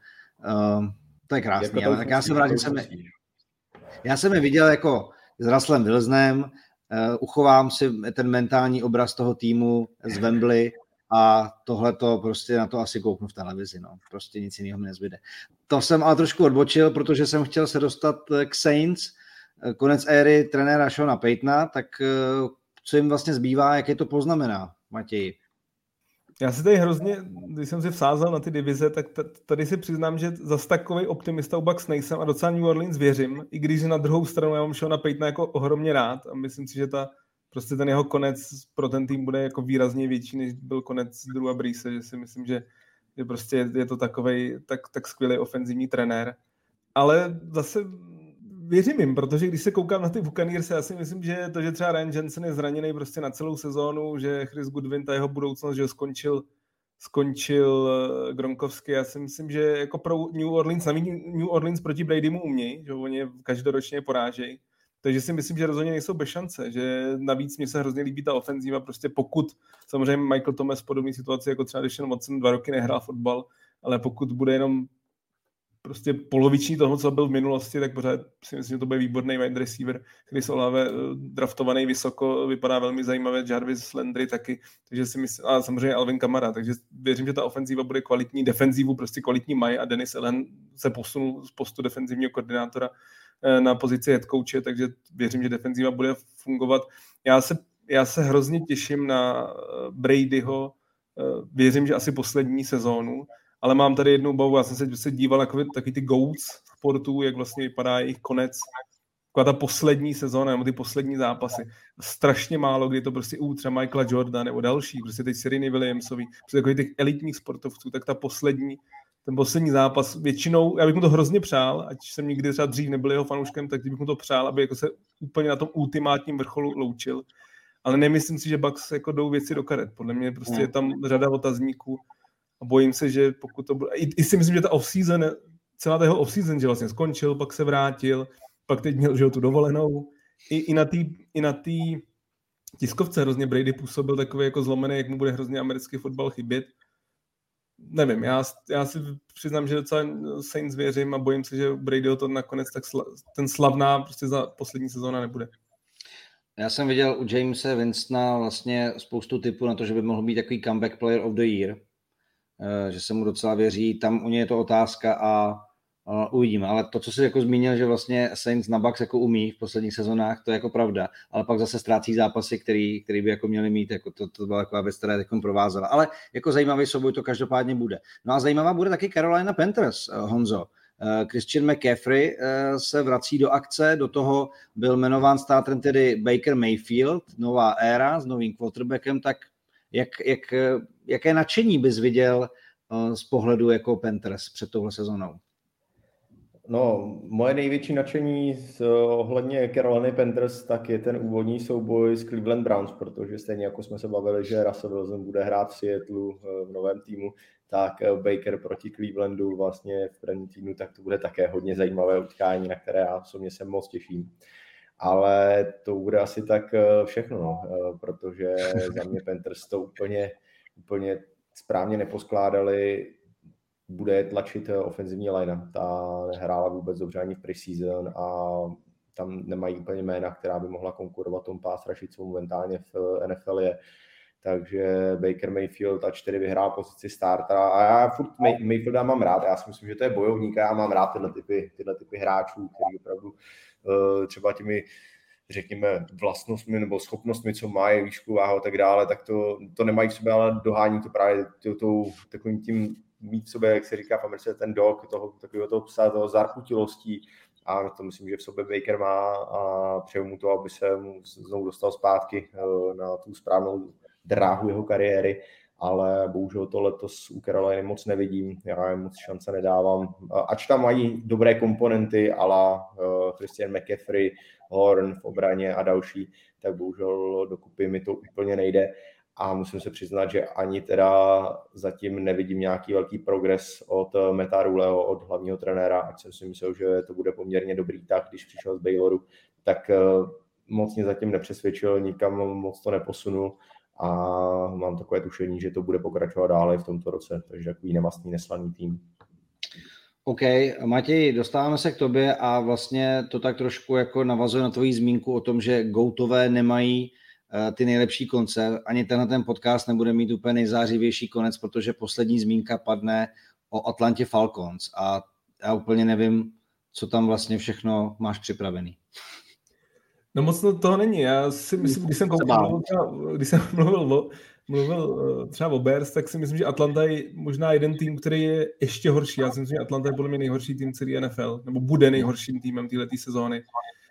je krásný. Ale tak já jsem rád, že já jsem je viděl jako s Russellem Wilsonem, uchovám si ten mentální obraz toho týmu z Wembley a tohleto prostě na to asi kouknu v televizi, no. Prostě nic jiného mi nezbyde. To jsem ale trošku odbočil, protože jsem chtěl se dostat k Saints, konec éry trenéra Seana Paytona, tak co jim vlastně zbývá, jak je to poznamená, Matěj? Já si tady hrozně, když jsem si vsázel na ty divize, tak tady si přiznám, že zas takovej optimista u Bucks nejsem a docela New Orleans věřím, i když na druhou stranu já mám Seana Paytona jako ohromně rád a myslím si, že prostě ten jeho konec pro ten tým bude jako výrazně větší, než byl konec Drewa Breese, že si myslím, že prostě je to takovej tak skvělý ofenzivní trenér. Ale zase věřím jim, protože když se koukám na ty Buccaneers, já si myslím, že to, že třeba Ryan Jensen je zraněný prostě na celou sezónu, že Chris Goodwin, ta jeho budoucnost, že skončil Gronkowski, já si myslím, že jako pro New Orleans proti Bradymu umějí, že oni každoročně porážejí. Takže si myslím, že rozhodně nejsou bez šance, že navíc mně se hrozně líbí ta ofenzíva, prostě pokud, samozřejmě Michael Thomas v podobné situaci, jako třeba Deshaun Watson 2 roky nehrál fotbal, ale pokud bude jenom prostě poloviční toho, co byl v minulosti, tak pořád si myslím, že to bude výborný wide receiver. Chris Olave, draftovaný vysoko, vypadá velmi zajímavě, Jarvis Landry taky, takže si myslím, a samozřejmě Alvin Kamara, takže věřím, že ta ofenzíva bude kvalitní, defenzívu prostě kvalitní mají a Dennis Allen se posunul z postu defenzivního koordinátora na pozici head coache, takže věřím, že defenzíva bude fungovat. Já se hrozně těším na Bradyho, věřím, že asi poslední sezónu, ale mám tady jednu obavu, já jsem se díval jako taky ty GOATs sportů, jak vlastně vypadá jejich konec, taková ta poslední sezóna, nebo ty poslední zápasy. Strašně málo, kdy to prostě třeba Michaela Jordan nebo další, prostě teď Serena Williamsový, prostě takových těch elitních sportovců, tak ta poslední ten poslední zápas většinou, já bych mu to hrozně přál, ať jsem nikdy třeba dřív nebyl jeho fanouškem, tak bych mu to přál, aby jako se úplně na tom ultimátním vrcholu loučil. Ale nemyslím si, že Bucks jako jdou věci do karet. Podle mě prostě je tam řada otazníků a bojím se, že pokud to bude... I si myslím, že ta off-season, celá ta jeho off-season, že vlastně skončil, pak se vrátil, pak teď měl, že tu dovolenou. I na té tiskovce hrozně Brady působil takový jako zlomený, jak mu bude hrozně americký fotbal chybět. Nevím, já si přiznám, že docela Saints věřím a bojím se, že Bradyho to nakonec tak ten slavná prostě za poslední sezóna nebude. Já jsem viděl u Jamese Winstona vlastně spoustu typů na to, že by mohl být takový comeback player of the year, že se mu docela věří. Tam u něj je to otázka a uvidíme. Ale to, co jsi jako zmínil, že vlastně Saints na Bucks jako umí v posledních sezónách, to je jako pravda. Ale pak zase ztrácí zápasy, který by jako měli mít. Jako to byla taková věc, která teď provázela. Ale jako zajímavý souboj to každopádně bude. No a zajímavá bude taky Carolina Panthers, Honzo. Christian McCaffrey se vrací do akce, do toho byl jmenován starterem tedy Baker Mayfield, nová éra s novým quarterbackem, tak jaké nadšení bys viděl z pohledu jako Panthers před touhle sezónou? No, moje největší nadšení ohledně Carolina Panthers tak je ten úvodní souboj s Cleveland Browns, protože stejně jako jsme se bavili, že Russell Wilson bude hrát v Seattlu v novém týmu, tak Baker proti Clevelandu vlastně v prvním týdnu, tak to bude také hodně zajímavé utkání, na které já osobně se moc těším. Ale to bude asi tak všechno, no, protože za mě Panthers to úplně správně neposkládali. Bude tlačit ofenzivní linea. Ta nehrála vůbec dobře ani v preseason a tam nemají úplně jména, která by mohla konkurovat tomu pass rushu, co momentálně v NFL je. Takže Baker Mayfield a 4 vyhrál pozici startera a já furt Mayfielda mám rád. Já si myslím, že to je bojovník a já mám rád tyhle typy hráčů, který opravdu třeba těmi, řekněme, vlastnostmi nebo schopnostmi, co mají, výšku, váhu a tak dále, tak to nemají v sobě, ale dohání to právě takovým tím mít v sobě, jak se říká v Americe, ten dog, takového toho psa, toho zarputilostí a to myslím, že v sobě Baker má a přeju mu to, aby se mu znovu dostal zpátky na tu správnou dráhu jeho kariéry, ale bohužel to letos u Caroliny moc nevidím, já jim moc šance nedávám, ač tam mají dobré komponenty ala Christian McCaffrey, Horn v obraně a další, tak bohužel dokupy mi to úplně nejde. A musím se přiznat, že ani teda zatím nevidím nějaký velký progres od Matta Ruleho, od hlavního trenéra, ať jsem si myslel, že to bude poměrně dobrý tah, když přišel z Bayloru, tak moc mě zatím nepřesvědčil, nikam moc to neposunul a mám takové tušení, že to bude pokračovat dále v tomto roce, takže takový nemastný, neslaný tým. OK, Matěj, dostáváme se k tobě a vlastně to tak trošku jako navazuje na tvoji zmínku o tom, že goatové nemají ty nejlepší konce. Ani ten podcast nebude mít úplně nejzářivější konec, protože poslední zmínka padne o Atlantě Falcons a já úplně nevím, co tam vlastně všechno máš připravený. No moc toho není. Já si myslím, když jsem mluvil třeba o Bears, tak si myslím, že Atlanta je možná jeden tým, který je ještě horší. Já si myslím, že Atlanta je podle mě nejhorší tým celý NFL, nebo bude nejhorším týmem této sezóny,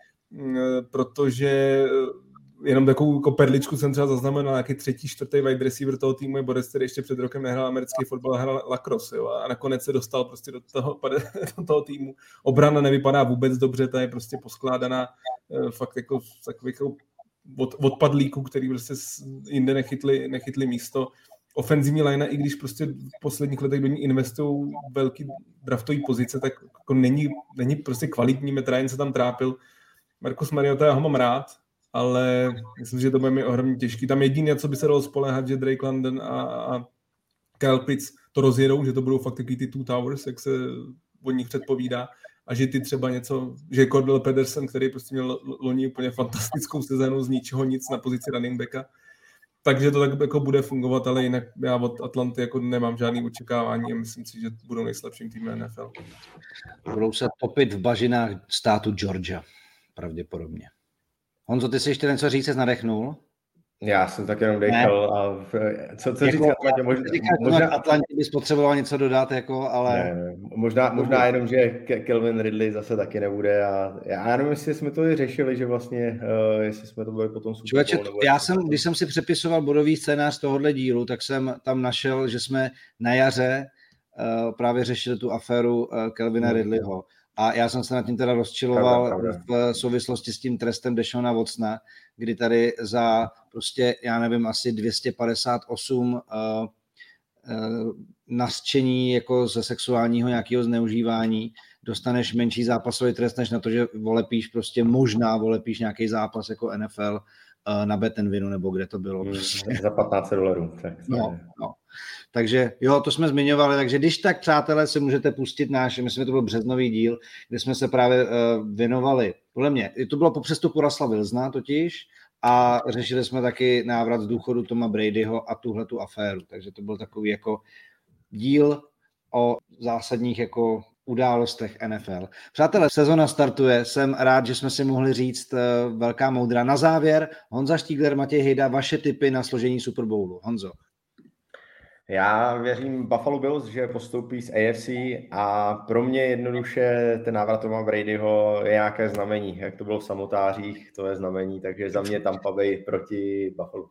protože jenom takovou perličku jsem třeba zaznamenal, nějaký 3., 4. wide receiver toho týmu je Boris, který ještě před rokem nehrál americký fotbal, hrál lacrosse, jo, a nakonec se dostal prostě do toho týmu. Obrana nevypadá vůbec dobře, ta je prostě poskládaná fakt jako takových odpadlíků, který prostě jinde nechytli místo. Ofenzivní line, i když prostě v posledních letech do ní investují velký draftový pozice, tak jako není prostě kvalitní. Matt Ryan se tam trápil. Marcus Mariota, já ho mám rád, ale myslím, že to bude mi ohromně těžký. Tam jediné, co by se dalo spoléhat, že Drake London a Kyle Pitts to rozjedou, že to budou fakt takový ty two towers, jak se od nich předpovídá, a že ty třeba něco, že Cordell Patterson, který prostě měl loni úplně fantastickou sezónu z ničeho nic na pozici running backa, takže to tak jako bude fungovat, ale jinak já od Atlanty jako nemám žádný očekávání a myslím si, že budou nejslabším týmem NFL. Budou se topit v bažinách státu Georgia, pravděpodobně. Honzo, ty si ještě něco říct, jsi nadechnul? Já jsem tak jenom dechal a co jako, říct? Možná Atlantě bys potřeboval něco dodat, jako, ale... Ne, možná jenom, že Calvin Ridley zase taky nebude a já nevím, jestli jsme to řešili, že vlastně, jestli jsme to byli potom Super Bowl. Když jsem si přepisoval bodový scénář tohohle dílu, tak jsem tam našel, že jsme na jaře právě řešili tu aféru Calvina Ridleyho. A já jsem se nad tím teda rozčiloval v souvislosti s tím trestem Deshona Watsona, kdy tady za prostě, já nevím, asi 258 nařčení jako ze sexuálního nějakého zneužívání dostaneš menší zápasový trest, než na to, že volepíš prostě možná volepíš nějaký zápas jako NFL na Bet&Winu, nebo kde to bylo. Prostě. Za $15. No. Takže jo, to jsme zmiňovali, takže když tak, přátelé, si můžete pustit náš, myslím, že to byl březnový díl, kde jsme se právě věnovali, podle mě, to bylo po přestupu Russella Wilsona totiž, a řešili jsme taky návrat z důchodu Toma Bradyho a tuhletu aféru, takže to byl takový jako díl o zásadních jako událostech NFL. Přátelé, sezona startuje, jsem rád, že jsme si mohli říct velká moudra. Na závěr, Honza Štígler, Matěj Hejda, vaše tipy na složení Super Bowlu. Honzo. Já věřím Buffalo Bills, že postoupí z AFC a pro mě jednoduše ten návrat Toma Bradyho je nějaké znamení. Jak to bylo v samotářích, to je znamení, takže za mě Tampa Bay proti Buffalo.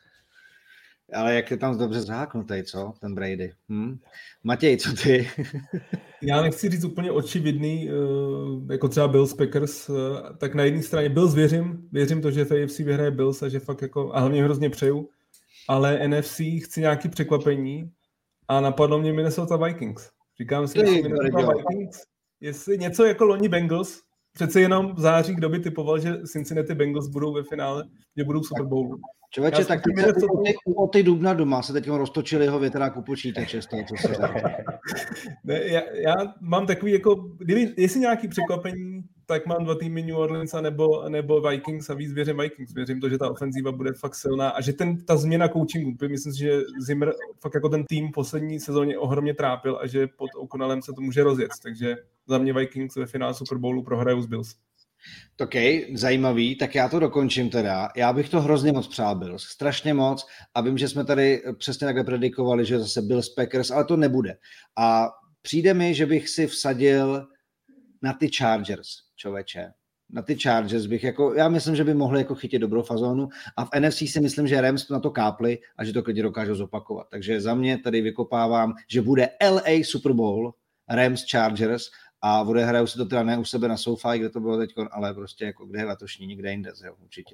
Ale jak je tam dobře zháknutý, co, ten Brady? Matěj, co ty? Já nechci říct úplně očividný, jako třeba Bills Packers, tak na jedné straně Bills věřím to, že v AFC vyhraje Bills a že fakt jako, a hlavně hrozně přeju, ale NFC chci nějaký překvapení a napadlo mě Minnesota Vikings. Říkám si, jestli Minnesota Vikings, jestli něco jako loni Bengals, přece jenom v září, kdo by typoval, že Cincinnati Bengals budou ve finále, že budou v Super Bowlu. Člověče, tak o ty dubna doma se teď roztočili jeho větrák u počítače z toho, co se ne, já mám takový jako, jestli nějaký překvapení, tak mám 2 týmy New Orleans nebo Vikings a víc věřím Vikings. Věřím to, že ta ofenzíva bude fakt silná a že ta změna coachingu, myslím si, že Zimmer fakt jako ten tým poslední sezóně ohromně trápil a že pod O'Connellem se to může rozjet. Takže za mě Vikings ve finále Super Bowlu prohrajou s Bills. OK, zajímavý, tak já to dokončím teda. Já bych to hrozně moc přál Bills, strašně moc a vím, že jsme tady přesně takhle predikovali, že zase Bills Packers, ale to nebude. A přijde mi, že bych si vsadil na ty Chargers, člověče. Na ty Chargers bych jako, já myslím, že by mohli jako chytit dobrou fazónu a v NFC si myslím, že Rams na to kápli a že to klidně dokážou zopakovat. Takže za mě tady vykopávám, že bude LA Super Bowl, Rams Chargers a odehrajou si to teda ne u sebe na SoFi, kde to bylo teď, ale prostě jako kde je letošní, nikde jinde, jo, určitě.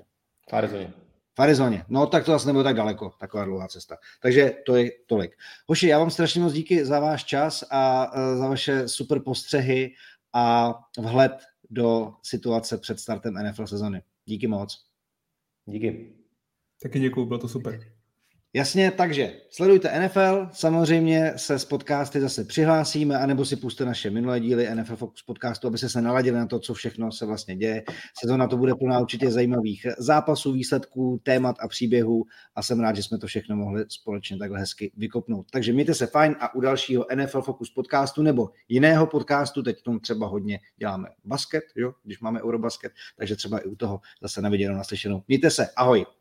V Arizoně. No tak to zase nebude tak daleko, taková dlouhá cesta. Takže to je tolik. Hoši, já vám strašně moc díky za váš čas a za vaše super postřehy a vhled do situace před startem NFL sezony. Díky moc. Díky. Taky děkuju, bylo to super. Jasně, takže sledujte NFL, samozřejmě se s podcasty zase přihlásíme, anebo si puste naše minulé díly NFL Focus podcastu, aby se naladili na to, co všechno se vlastně děje. Sezona to bude plná určitě zajímavých zápasů, výsledků, témat a příběhů a jsem rád, že jsme to všechno mohli společně takhle hezky vykopnout. Takže mějte se fajn a u dalšího NFL Focus podcastu nebo jiného podcastu, teď tomu třeba hodně děláme basket, jo, když máme Eurobasket, takže třeba i u toho zase na viděnou, naslyšenou. Mějte se, ahoj.